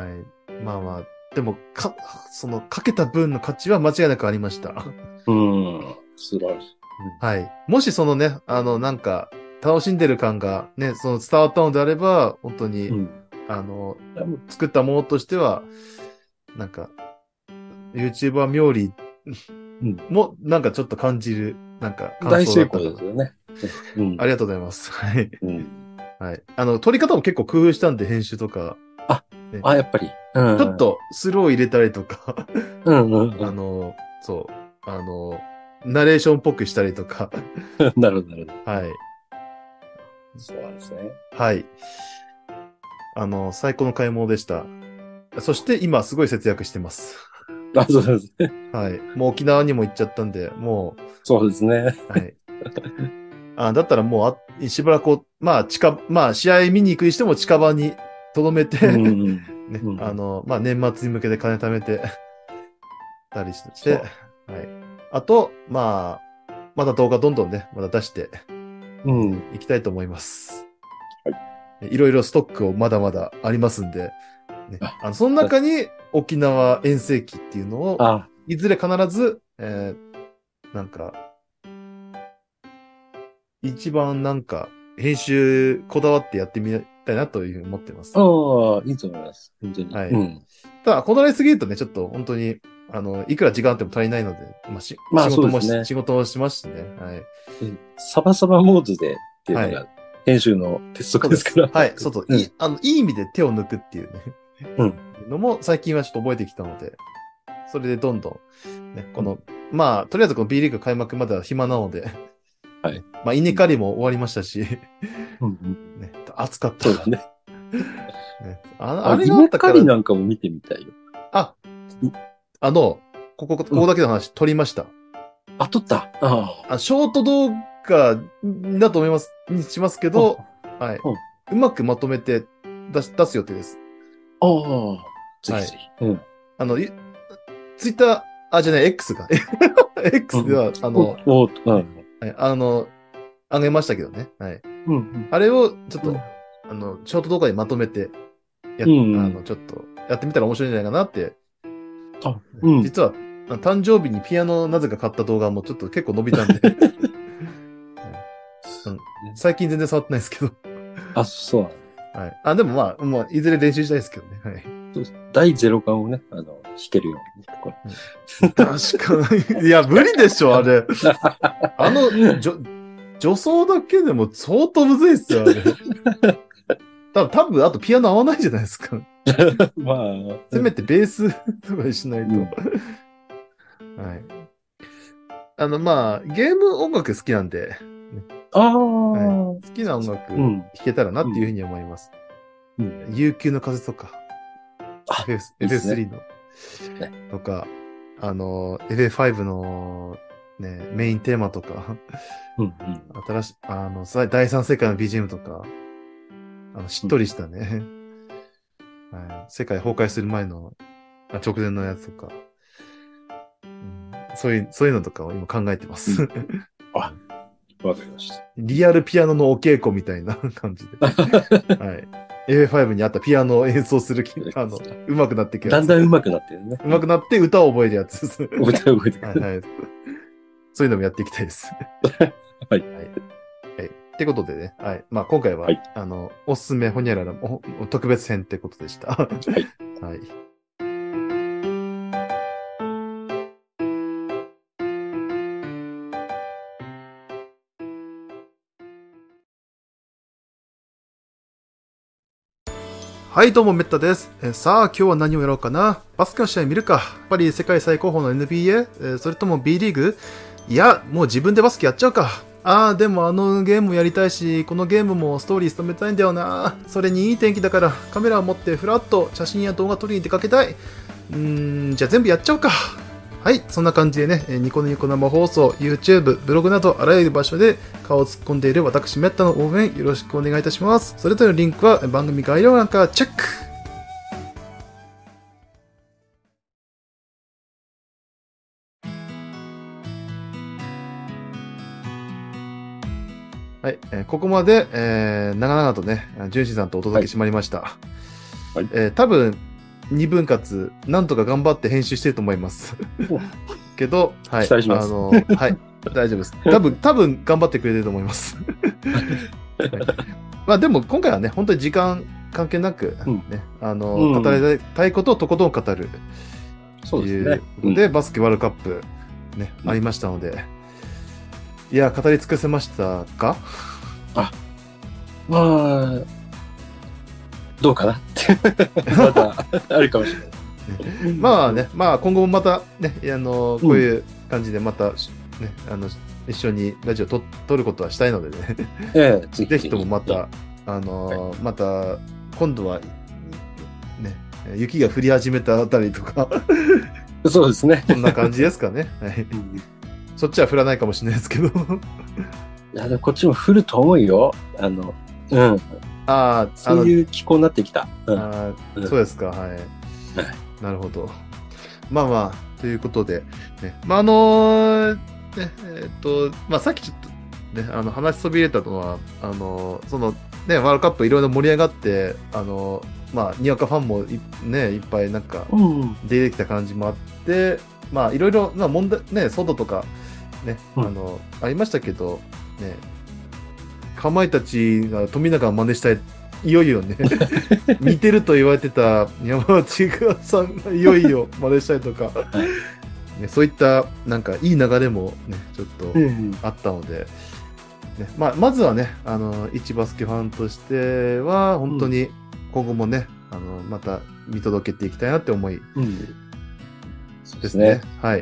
まあまあ、でも、か、その、かけた分の価値は間違いなくありました。 うん。素晴らしい。 はい。もしそのね、あの、なんか、楽しんでる感がね、その伝わったのであれば、本当に、 うん。 あのいやもう、 作ったものとしては、なんか、YouTuber 冥利うんも、なんかちょっと感じる、なんか感大成想だったかな。 功ですよね。うん。 ありがとうございます。はい。 うん。 はい。あの、撮り方も結構工夫したんで、編集とか。 あ、 ね、 あ、やっぱり。うん。 ちょっとスロー入れたりとか、 うんうんうあん。 の、そう、あの、ナレーションっぽくしたりとか、 なるほど、なるほど。 はい。 そうなんですね。 はい。あの、最高の買い物でした。そして今すごい節約してます。 あ、そうですね。 はい。もう沖縄にも行っちゃったんで、もそうですね。 う、はい。あ、だったらもうあ、しばらく、まあ、近、まあ、試合見に行くにしても近場に留めて、 うん。 ね、 うんあの、まあ、年末に向けて金貯めてたりして、はい。あと、まあ、まだ動画どんどんね、まだ出してうん。 いきたいと思います。 はい。 いろいろストックをまだまだありますんで、ね、 あ、 あのその中に沖縄遠征記っていうのを、 あ、 いずれ必ず、えー、なんか、一番なんか、編集こだわってやってみたいなというふうに思ってます。 ああ、いいと思います。本当に。 はい。 うん。 ただ、こだわりすぎるとね、ちょっと本当に、あの、いくら時間あっても足りないので、まあ、しまあ仕事もし、 そうですね仕事もしますしね。はい。 うんサバサバモードでっていうのはが、編集の鉄そうですす。 則でから。 はい。そうそう。 うんいい、あの、いい意味で手を抜くっていうね。 うん。 のも最近はちょっと覚えてきたので、それでどんどん、ね、この、まあ、とりあえずこの B リーグ開幕までは暇なので、 はい。 まあ、稲刈りも終わりましたし、 うんうん。 ね、暑かった。 そうだね。 ね、ああ、 あれがあったから稲刈り、なんかも見てみたいよ。 あ、あの、ここ、ここだけの話、撮りました。 あ、撮った。ああ、ショート動画だと思います、にしますけど、はい。 うんうまくまとめて出し、出す予定です。 あ。ああ。ぜひぜひ。うん。 あの、いツイッター、あ、じゃない、X か。X では、あの、 お、お、うん。 はい、あの、あげましたけどね。はい。 うんうん。 あれを、ちょっと、 うんあの、ショート動画にまとめて、や、 うんうんあの、ちょっと、やってみたら面白いんじゃないかなって。 あ、うん。 実は、誕生日にピアノをなぜか買った動画もちょっと結構伸びたんで。うん、最近全然触ってないですけど。 あ、そうなの。 はい。あ、でもまあ、もういずれ練習したいですけどね。はい。 そうです第ゼロ感をね、あの、弾けるように。これ確かに。いや、無理でしょ、あれ。あの、じょ、助走だけでも相当むずいっすよ、あれ。 多分、多分、あとピアノ合わないじゃないですか。 まあ、 せめてベースとかにしないと。 うんはい。あの、まあ、ゲーム音楽好きなんで、 ああ、 はい、好きな音楽うん弾けたらなっていうふうに思います。 うん悠久の風とか、 あエフエフいいっすねエフエフスリー の、とか、あの、エフエフファイブ の、ね、メインテーマとか、 うんうん新しい、あの、さ第三世界の ビージーエム とか、あの、しっとりしたね、はい、世界崩壊する前の、あ直前のやつとか、うんそういう、そういうのとかを今考えてます。 うんあ、わかりました。 リアルピアノのお稽古みたいな感じで。はい。エフエフファイブ にあったピアノを演奏する気、あの、上手くなっていくやつ。 だんだん上手くなってるね。 上手くなって歌を覚えるやつです。 覚えて覚えてはいはい。そういうのもやっていきたいです。 はい。 はい。はい。ってことでね、はい。まあ今回は、 はいあの、おすすめほにゃららおお特別編ってことでした。はいはい。はい、どうも、メッタです。えーさあ、今日は何をやろうかな。バスケの試合見るか。やっぱり世界最高峰の エヌビーエー、えーそれとも B リーグいや、もう自分でバスケやっちゃうか。ああ、でもあのゲームもやりたいし、このゲームもストーリー務めたいんだよな。それにいい天気だからカメラを持ってフラッと写真や動画撮りに出かけたい。うーん、じゃあ全部やっちゃおうか。はい、そんな感じでね、えーニコニコ生放送、YouTube、ブログなどあらゆる場所で顔を突っ込んでいる私メッタの応援よろしくお願いいたします。それぞれのリンクは番組概要欄からチェック。はい、えーここまで、えー長々とね、ジュンシさんとお届けしまいりました。 はいえー多分、にぶん割、なんとか頑張って編集してると思います。けど、はい。 期待しますあの、はい。大丈夫です。多分、多分頑張ってくれてると思います。はいまあでも、今回はね、本当に時間関係なく、 うんね、あの、 うん語りたいことをとことん語る。 そうですねという。ことで、バスケワールドカップ、ね、 うんありましたので、いや、語り尽くせましたかまあ、どうかなって。まだあるかもしれない。 まあね、まあ今後もまたね、あの、こういう感じでまた、ね、あの、一緒にラジオと撮ることはしたいのでね、 ええ、ぜぜひともまた、あの、また、今度は、ね、雪が降り始めたあたりとか、 そうですね。 こんな感じですかね。はい。そっちは降らないかもしれないですけど。 いや、でもこっちも降ると思うよ。あの、うん。 ああ、 そういう気候になってきた。うん。 あーうんそうですか、はい。なるほど。まあまあ、ということで、ね、まああのね、えーっと、まあさっきちょっとね、あの話しそびれたのは、あのそのね、ワールドカップいろいろ盛り上がって、あのまあ、にわかファンもいね、いっぱいなんかうん。 出てきた感じもあって、まあいろいろな問題、ね、外とか、ね、 うんあの、ありましたけど、ね、かまいたちが富永を真似したい、いよいよね、似てると言われてた山内さんがいよいよ真似したりとか、ね、そういったなんかいい流れもね、ちょっとうん。 あったので、ね、まあ、まずはね、あの、一バスケファンとしては、本当に今後もね、あの、また見届けていきたいなって思いうん。そうでねですすね。。 はい。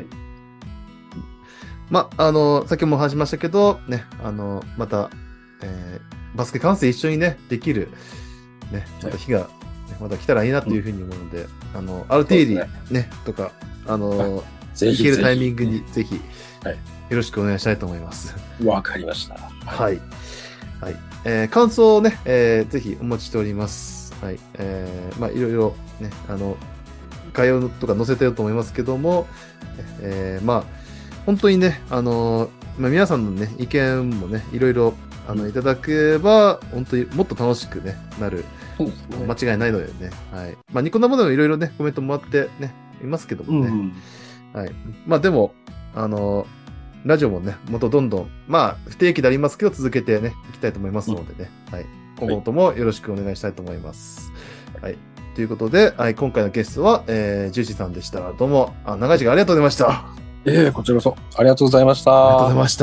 まあ、あの、先ほども話しましたけど、ね、あの、また、えーバスケ観戦一緒にね、できる、ね、また日が、ね、また来たらいいなというふうに思うので、あの、アルティーリそうでね、とか、あの、 ぜひぜひ。 行けるタイミングにぜひ、 はいよろしくお願いしたいと思います。 わかりました。 はい。はい。えー感想をね、えーぜひお待ちしております。はい。えーまあ、いろいろね、あの、概要とか載せてると思いますけども、えーまあ、本当にね、あの、まあ、皆さんのね、意見もね、いろいろ、あの、いただけば、本当にもっと楽しくね、なる、 そうですね。 間違いないのでね。はい。まあ、ニコ生でもいろいろね、コメントもらってね、いますけどもね。 うん。 はい。まあでも、あの、ラジオもね、もっとどんどん、まあ、不定期でありますけど、続けてね、いきたいと思いますのでね。はい。今後ともよろしくお願いしたいと思います。はい。ということで、はい、今回のゲストは、えー、ジューシーさんでした。どうも、あ長い時間ありがとうございました。 ええ、こちらこそ。ありがとうございましありがとうございた。 ました。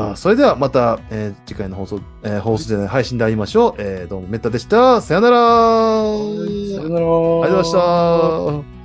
それではまた、えー次回の放送、えー放送じゃない配信で会いましょう。えーどうもメッタでした。さよなら。ありさよなら。 がとうございました。